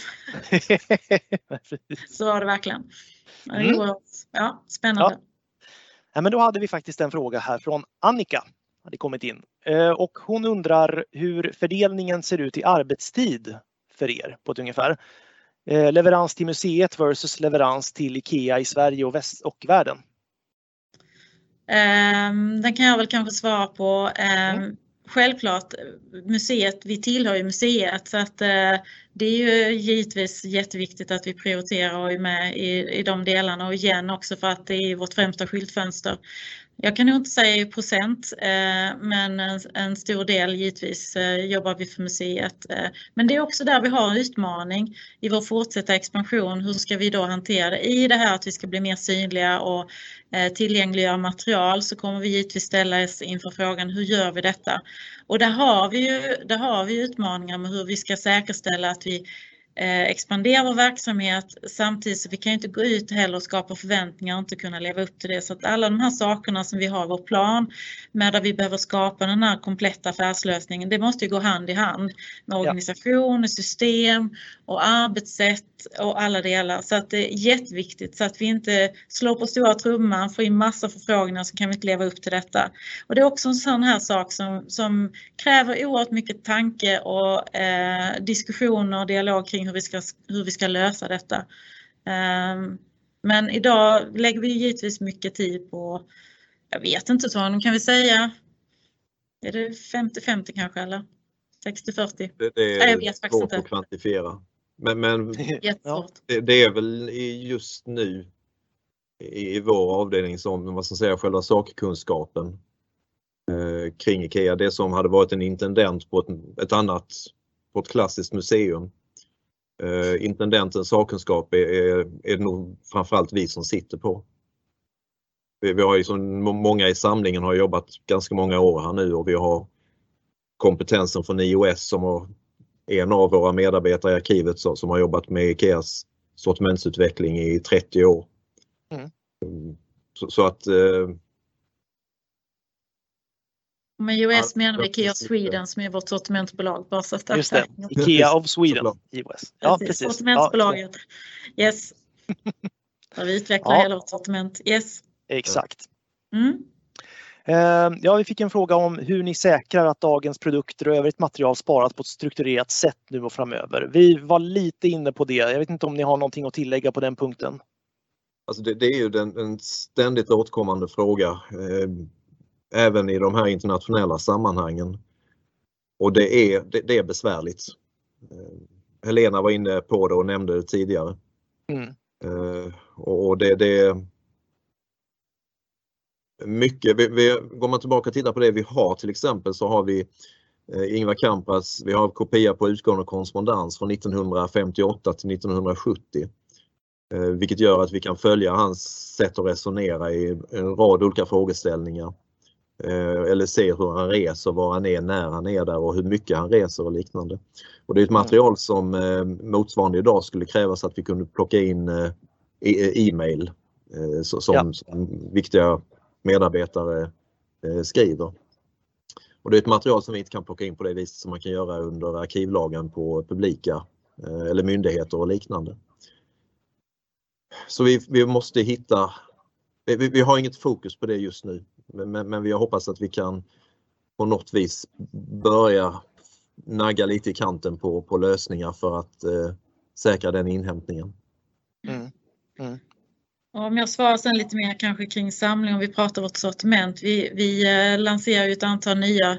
Så var det verkligen. Ja, spännande. Ja, men då hade vi faktiskt en fråga här från Annika. Hade kommit in. Och hon undrar hur fördelningen ser ut i arbetstid för er på ett ungefär. Leverans till museet versus leverans till IKEA i Sverige och världen. Den kan jag väl kanske svara på. Självklart, museet, vi tillhör ju museet, så att det är ju givetvis jätteviktigt att vi prioriterar och är med i de delarna, och igen också för att det är vårt främsta skyltfönster. Jag kan nog inte säga i procent, men en stor del givetvis jobbar vi för museet. Men det är också där vi har en utmaning i vår fortsatta expansion. Hur ska vi då hantera det? I det här att vi ska bli mer synliga och tillgängliggöra material, så kommer vi givetvis ställa oss inför frågan, hur gör vi detta? Och där har vi utmaningar med hur vi ska säkerställa att vi expandera vår verksamhet, samtidigt så vi kan inte gå ut heller och skapa förväntningar och inte kunna leva upp till det. Så att alla de här sakerna som vi har i vår plan med där vi behöver skapa den här kompletta affärslösningen, det måste ju gå hand i hand med organisation, system och arbetssätt och alla delar. Så att det är jätteviktigt så att vi inte slår på stora trumman, får in massa förfrågningar, så kan vi inte leva upp till detta. Och det är också en sån här sak som kräver oerhört mycket tanke och diskussioner och dialog kring hur vi ska lösa detta. Men idag lägger vi givetvis mycket tid på, jag vet inte, så nu kan vi säga, är det 50-50 kanske eller 60-40? Det är svårt att kvantifiera. Men det är väl just nu i vår avdelning som vad ska jag säga, själva sakkunskapen kring IKEA. Det som hade varit en intendent på ett klassiskt museum. Intendentens sakkunskap är nog framförallt vi som sitter på. Vi har ju som många i samlingen har jobbat ganska många år här nu, och vi har kompetensen från IOS som har en av våra medarbetare i arkivet som har jobbat med IKEAs sortimentsutveckling i 30 år. Så att med US menar vi IKEA Sweden som är vårt sortimentsbolag. Bara så att just det, IKEA of Sweden. US. Ja, precis. Sortimentsbolaget. Yes. Där vi utvecklar hela vårt sortiment. Yes. Exakt. Ja, vi fick en fråga om hur ni säkrar att dagens produkter och övrigt material sparas på ett strukturerat sätt nu och framöver. Vi var lite inne på det. Jag vet inte om ni har någonting att tillägga på den punkten. Alltså det är ju en ständigt återkommande fråga. Även i de här internationella sammanhangen. Och det är besvärligt. Helena var inne på det och nämnde det tidigare. Och det är mycket. Går man tillbaka och tittar på det vi har, till exempel så har vi Ingvar Kamprads, vi har kopia på utgående korrespondens från 1958 till 1970. Vilket gör att vi kan följa hans sätt att resonera i en rad olika frågeställningar. Eller se hur han reser, var han är, när han är där och hur mycket han reser och liknande. Och det är ett material som motsvarande idag skulle krävas att vi kunde plocka in e-mail som viktiga medarbetare skriver. Och det är ett material som vi inte kan plocka in på det viset som man kan göra under arkivlagen på publika eller myndigheter och liknande. Så vi måste hitta, vi har inget fokus på det just nu. Men vi hoppas att vi kan på något vis börja nagga lite i kanten på lösningar för att säkra den inhämtningen. Om jag svarar sen lite mer kanske kring samling, om vi pratar vårt sortiment. Vi lanserar ju ett antal nya,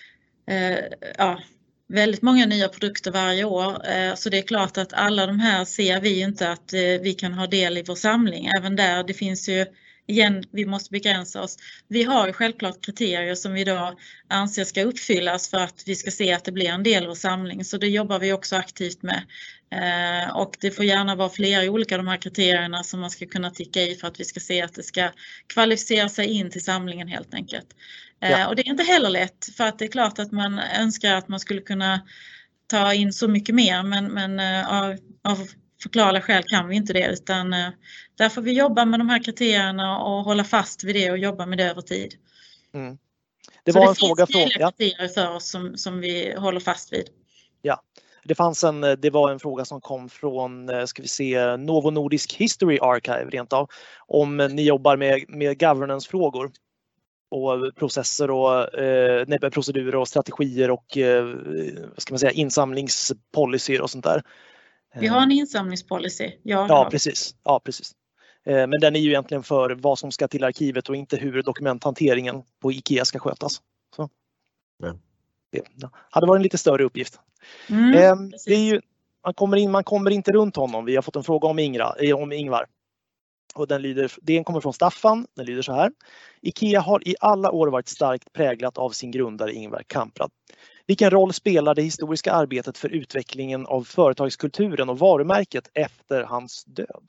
väldigt många nya produkter varje år. Så det är klart att alla de här ser vi inte att vi kan ha del i vår samling. Även där, det finns ju, igen, vi måste begränsa oss. Vi har ju självklart kriterier som vi då anser ska uppfyllas för att vi ska se att det blir en del av vår samling. Så det jobbar vi också aktivt med. Och det får gärna vara flera olika de här kriterierna som man ska kunna ticka i för att vi ska se att det ska kvalificera sig in till samlingen helt enkelt. Ja. Och det är inte heller lätt, för att det är klart att man önskar att man skulle kunna ta in så mycket mer, men av förklarliga skäl kan vi inte det, utan där får vi jobba med de här kriterierna och hålla fast vid det och jobba med det över tid. Mm. Det var en fråga från kriterier för oss som vi håller fast vid. Ja. Det var en fråga som kom från, ska vi se, Novo Nordisk History Archive rent av, om ni jobbar med governance-frågor och processer och procedurer och strategier och ska man säga, insamlingspolicyer och sånt där. Vi har en insamlingspolicy. Ja, precis. Ja, precis. Men den är ju egentligen för vad som ska till arkivet och inte hur dokumenthanteringen på IKEA ska skötas. Så. Ja. Det hade varit en lite större uppgift. Det är ju, man kommer inte runt honom. Vi har fått en fråga om Ingvar. Och den kommer från Staffan. Den lyder så här. IKEA har i alla år varit starkt präglat av sin grundare Ingvar Kamprad. Vilken roll spelar det historiska arbetet för utvecklingen av företagskulturen och varumärket efter hans död?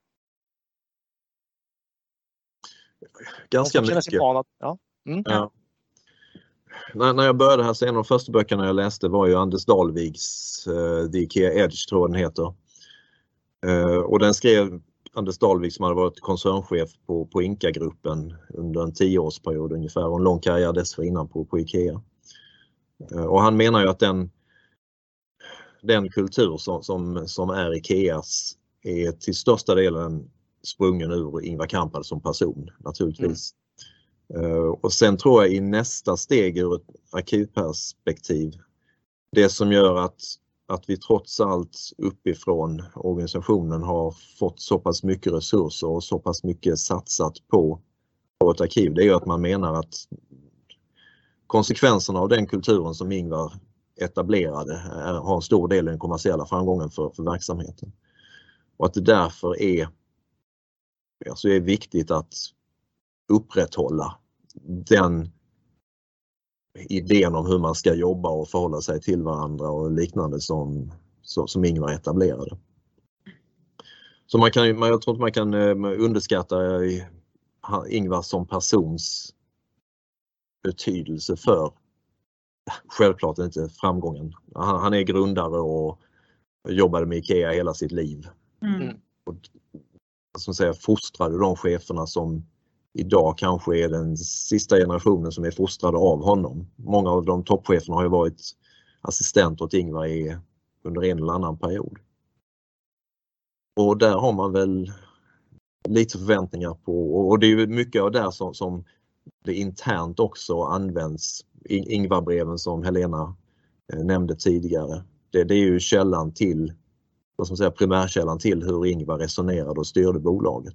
Ganska mycket. Ja. Ja. När jag började här, så en av de första böckerna jag läste var ju Anders Dahlvigs The IKEA Edge, tror jag den heter. Och den skrev Anders Dahlvig som hade varit koncernchef på Inka-gruppen under en 10-årsperiod ungefär, och en lång karriär dessförinnan på IKEA. Och han menar ju att den kultur som är IKEAs är till största delen sprungen ur Ingvar Kamprad som person, naturligtvis. Och sen tror jag i nästa steg ur ett arkivperspektiv, det som gör att vi trots allt uppifrån organisationen har fått så pass mycket resurser och så pass mycket satsat på ett arkiv, det är ju att man menar att konsekvenserna av den kulturen som Ingvar etablerade har en stor del i den kommersiella framgången för verksamheten. Och att det därför är viktigt att upprätthålla den idén om hur man ska jobba och förhålla sig till varandra och liknande som Ingvar etablerade. Så jag tror inte man kan underskatta Ingvar som persons betydelse för, självklart inte framgången. Han är grundare och jobbade med IKEA hela sitt liv. Och som säger, fostrade de cheferna som idag kanske är den sista generationen som är fostrade av honom. Många av de toppcheferna har ju varit assistent åt Ingvar under en eller annan period. Och där har man väl lite förväntningar på, och det är ju mycket av det som det internt också används. Ingvar-breven som Helena nämnde tidigare. Det är ju källan till, vad ska man säga, primärkällan till hur Ingvar resonerade och styrde bolaget.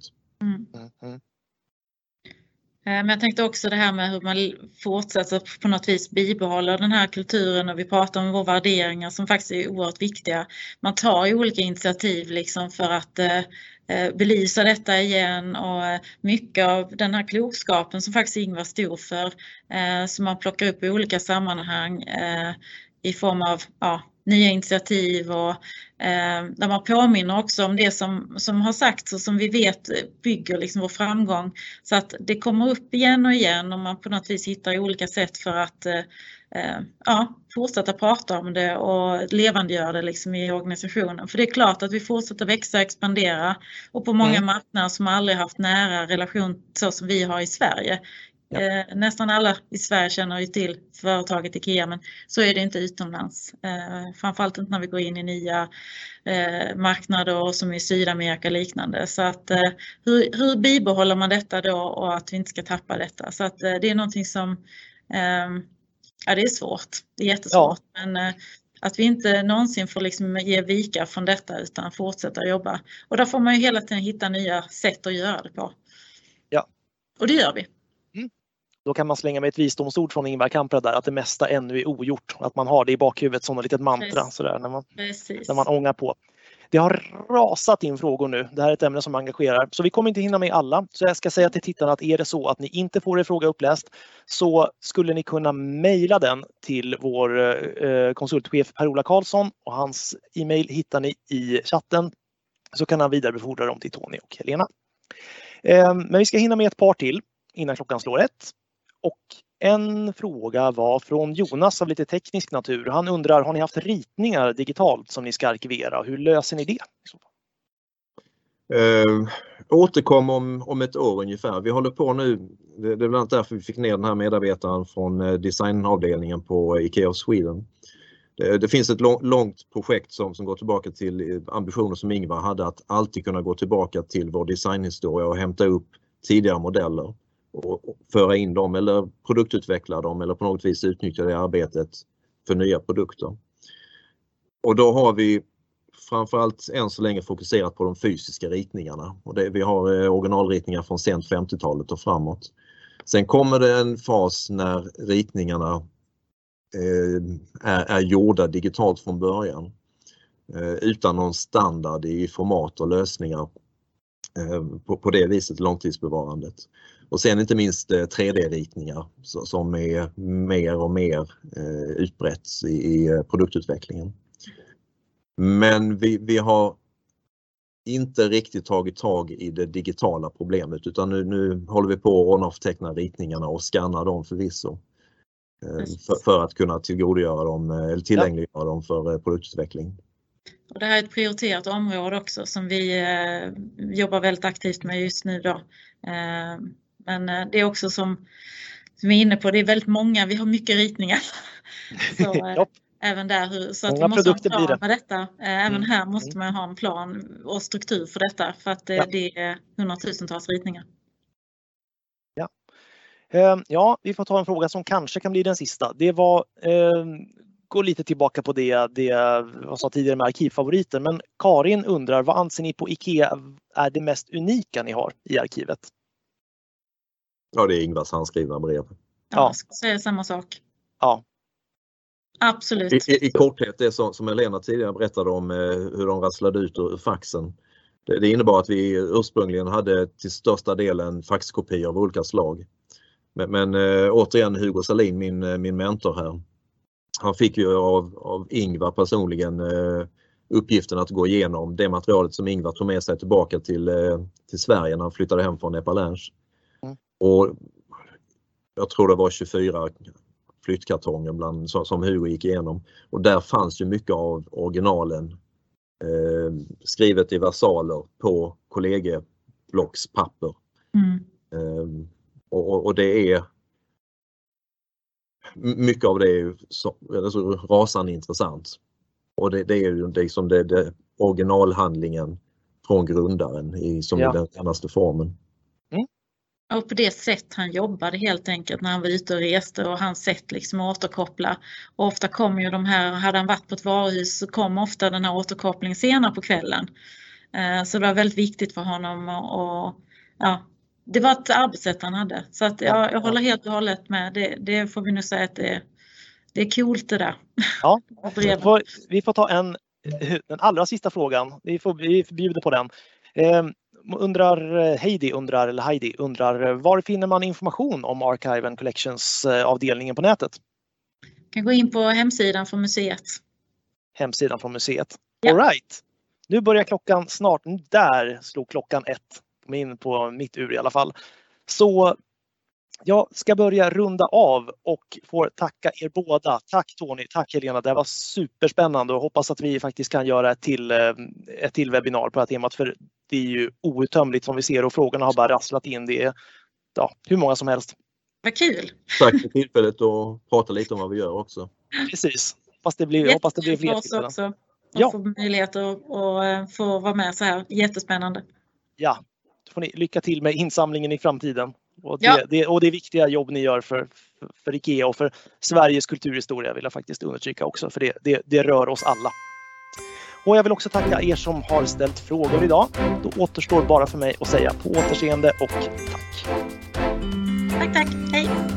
Men jag tänkte också det här med hur man fortsätter på något vis bibehålla den här kulturen, och vi pratar om våra värderingar som faktiskt är oerhört viktiga. Man tar ju olika initiativ liksom för att belysa detta igen, och mycket av den här klokskapen som faktiskt Ingvar stod för som man plockar upp i olika sammanhang i form av nya initiativ, och där man påminner också om det som har sagts och som vi vet bygger liksom vår framgång, så att det kommer upp igen och igen, och man på något vis hittar olika sätt för att fortsätta prata om det och levandegöra det liksom i organisationen. För det är klart att vi fortsätter växa och expandera, och på många marknader som aldrig haft nära relation så som vi har i Sverige. Nästan alla i Sverige känner ju till företaget IKEA, men så är det inte utomlands. Framförallt inte när vi går in i nya marknader och som i Sydamerika och liknande. Så att hur bibehåller man detta då, och att vi inte ska tappa detta? Så att det är någonting som det är svårt. Det är jättesvårt. Men Att vi inte någonsin får liksom ge vika från detta utan fortsätta jobba. Och där får man ju hela tiden hitta nya sätt att göra det på. Ja. Och det gör vi. Då kan man slänga med ett visdomsord från Ingvar Kamprad där, att det mesta ännu är ogjort. Att man har det i bakhuvudet som ett litet mantra sådär, när man ångar på. Det har rasat in frågor nu. Det här är ett ämne som engagerar. Så vi kommer inte hinna med alla. Så jag ska säga till tittarna att är det så att ni inte får er fråga uppläst, så skulle ni kunna mejla den till vår konsultchef Per-Ola Karlsson, och hans e-mail hittar ni i chatten. Så kan han vidarebefordra dem till Tony och Helena. Men vi ska hinna med ett par till innan klockan slår 1. Och en fråga var från Jonas av lite teknisk natur. Han undrar, har ni haft ritningar digitalt som ni ska arkivera? Hur löser ni det? Återkom om ett år ungefär. Vi håller på nu, det är bland annat därför vi fick ner den här medarbetaren från designavdelningen på IKEA of Sweden. Det finns ett långt projekt som går tillbaka till ambitioner som Ingvar hade, att alltid kunna gå tillbaka till vår designhistoria och hämta upp tidigare modeller och föra in dem eller produktutveckla dem eller på något vis utnyttja det arbetet för nya produkter. Och då har vi framförallt än så länge fokuserat på de fysiska ritningarna. Och vi har originalritningar från sent 50-talet och framåt. Sen kommer det en fas när ritningarna är gjorda digitalt från början. Utan någon standard i format och lösningar på det viset, långtidsbevarandet. Och sen inte minst 3D-ritningar som är mer och mer utbrett i produktutvecklingen. Men vi har inte riktigt tagit tag i det digitala problemet, utan nu håller vi på att avteckna ritningarna och skanna dem förvisso. För att kunna tillgodogöra dem eller tillgängliggöra dem för produktutveckling. Och det här är ett prioriterat område också som vi jobbar väldigt aktivt med just nu då. Men det är också som vi är inne på, det är väldigt många, vi har mycket ritningar. Så även där, så att vi måste ha en plan med detta. Även här måste man ha en plan och struktur för detta, för att det är hundratusentals ritningar. Ja, vi får ta en fråga som kanske kan bli den sista. Det var, gå lite tillbaka på det jag sa tidigare med arkivfavoriter. Men Karin undrar, vad anser ni på IKEA är det mest unika ni har i arkivet? Ja, det är Ingvars handskrivna brev. Ja, jag ska säga samma sak. Ja. Absolut. I korthet, det som Helena tidigare berättade om hur de rasslade ut ur faxen. Det innebar att vi ursprungligen hade till största delen faxkopior av olika slag. Men återigen Hugo Salin, min mentor här, han fick ju av Ingvar personligen uppgiften att gå igenom det materialet som Ingvar tog med sig tillbaka till Sverige när han flyttade hem från Epalinge. Och jag tror det var 24 flyttkartonger som Hugo gick igenom. Och där fanns ju mycket av originalen skrivet i versaler på kollegieblockspapper. Och det är mycket av det är ju så rasande intressant. Och det är ju liksom det originalhandlingen från grundaren i den senaste formen. Och på det sätt han jobbade helt enkelt när han var ute och reste, och hans sätt liksom att återkoppla. Och ofta kom ju de här, hade han varit på ett varuhus så kom ofta den här återkopplingen senare på kvällen. Så det var väldigt viktigt för honom, och det var ett arbetssätt han hade. Så att jag håller helt och hållet med. Det får vi nu säga att det är coolt det där. Ja, vi får ta den allra sista frågan. Vi bjuder på den. Heidi undrar, var finner man information om Archive and Collections avdelningen på nätet? Kan gå in på hemsidan från museet. Hemsidan från museet. Ja. All right. Nu börjar klockan snart. Där slog klockan 1. På mitt ur i alla fall. Så jag ska börja runda av och får tacka er båda. Tack Tony, tack Helena. Det var superspännande och hoppas att vi faktiskt kan göra ett till webbinar på det här temat, för det är ju outtömligt som vi ser och frågorna har bara rasslat in. Det är hur många som helst. Vad kul! Tack för tillfället att prata lite om vad vi gör också. Precis. Hoppas det blir fler tillfällen. Också. Ja. Få möjlighet att få vara med så här. Jättespännande. Ja, då får ni lycka till med insamlingen i framtiden. Och det är viktiga jobb ni gör för IKEA och för Sveriges kulturhistoria, vill jag faktiskt understryka också, för det rör oss alla. Och jag vill också tacka er som har ställt frågor idag. Då återstår bara för mig att säga på återseende och tack. Tack, hej!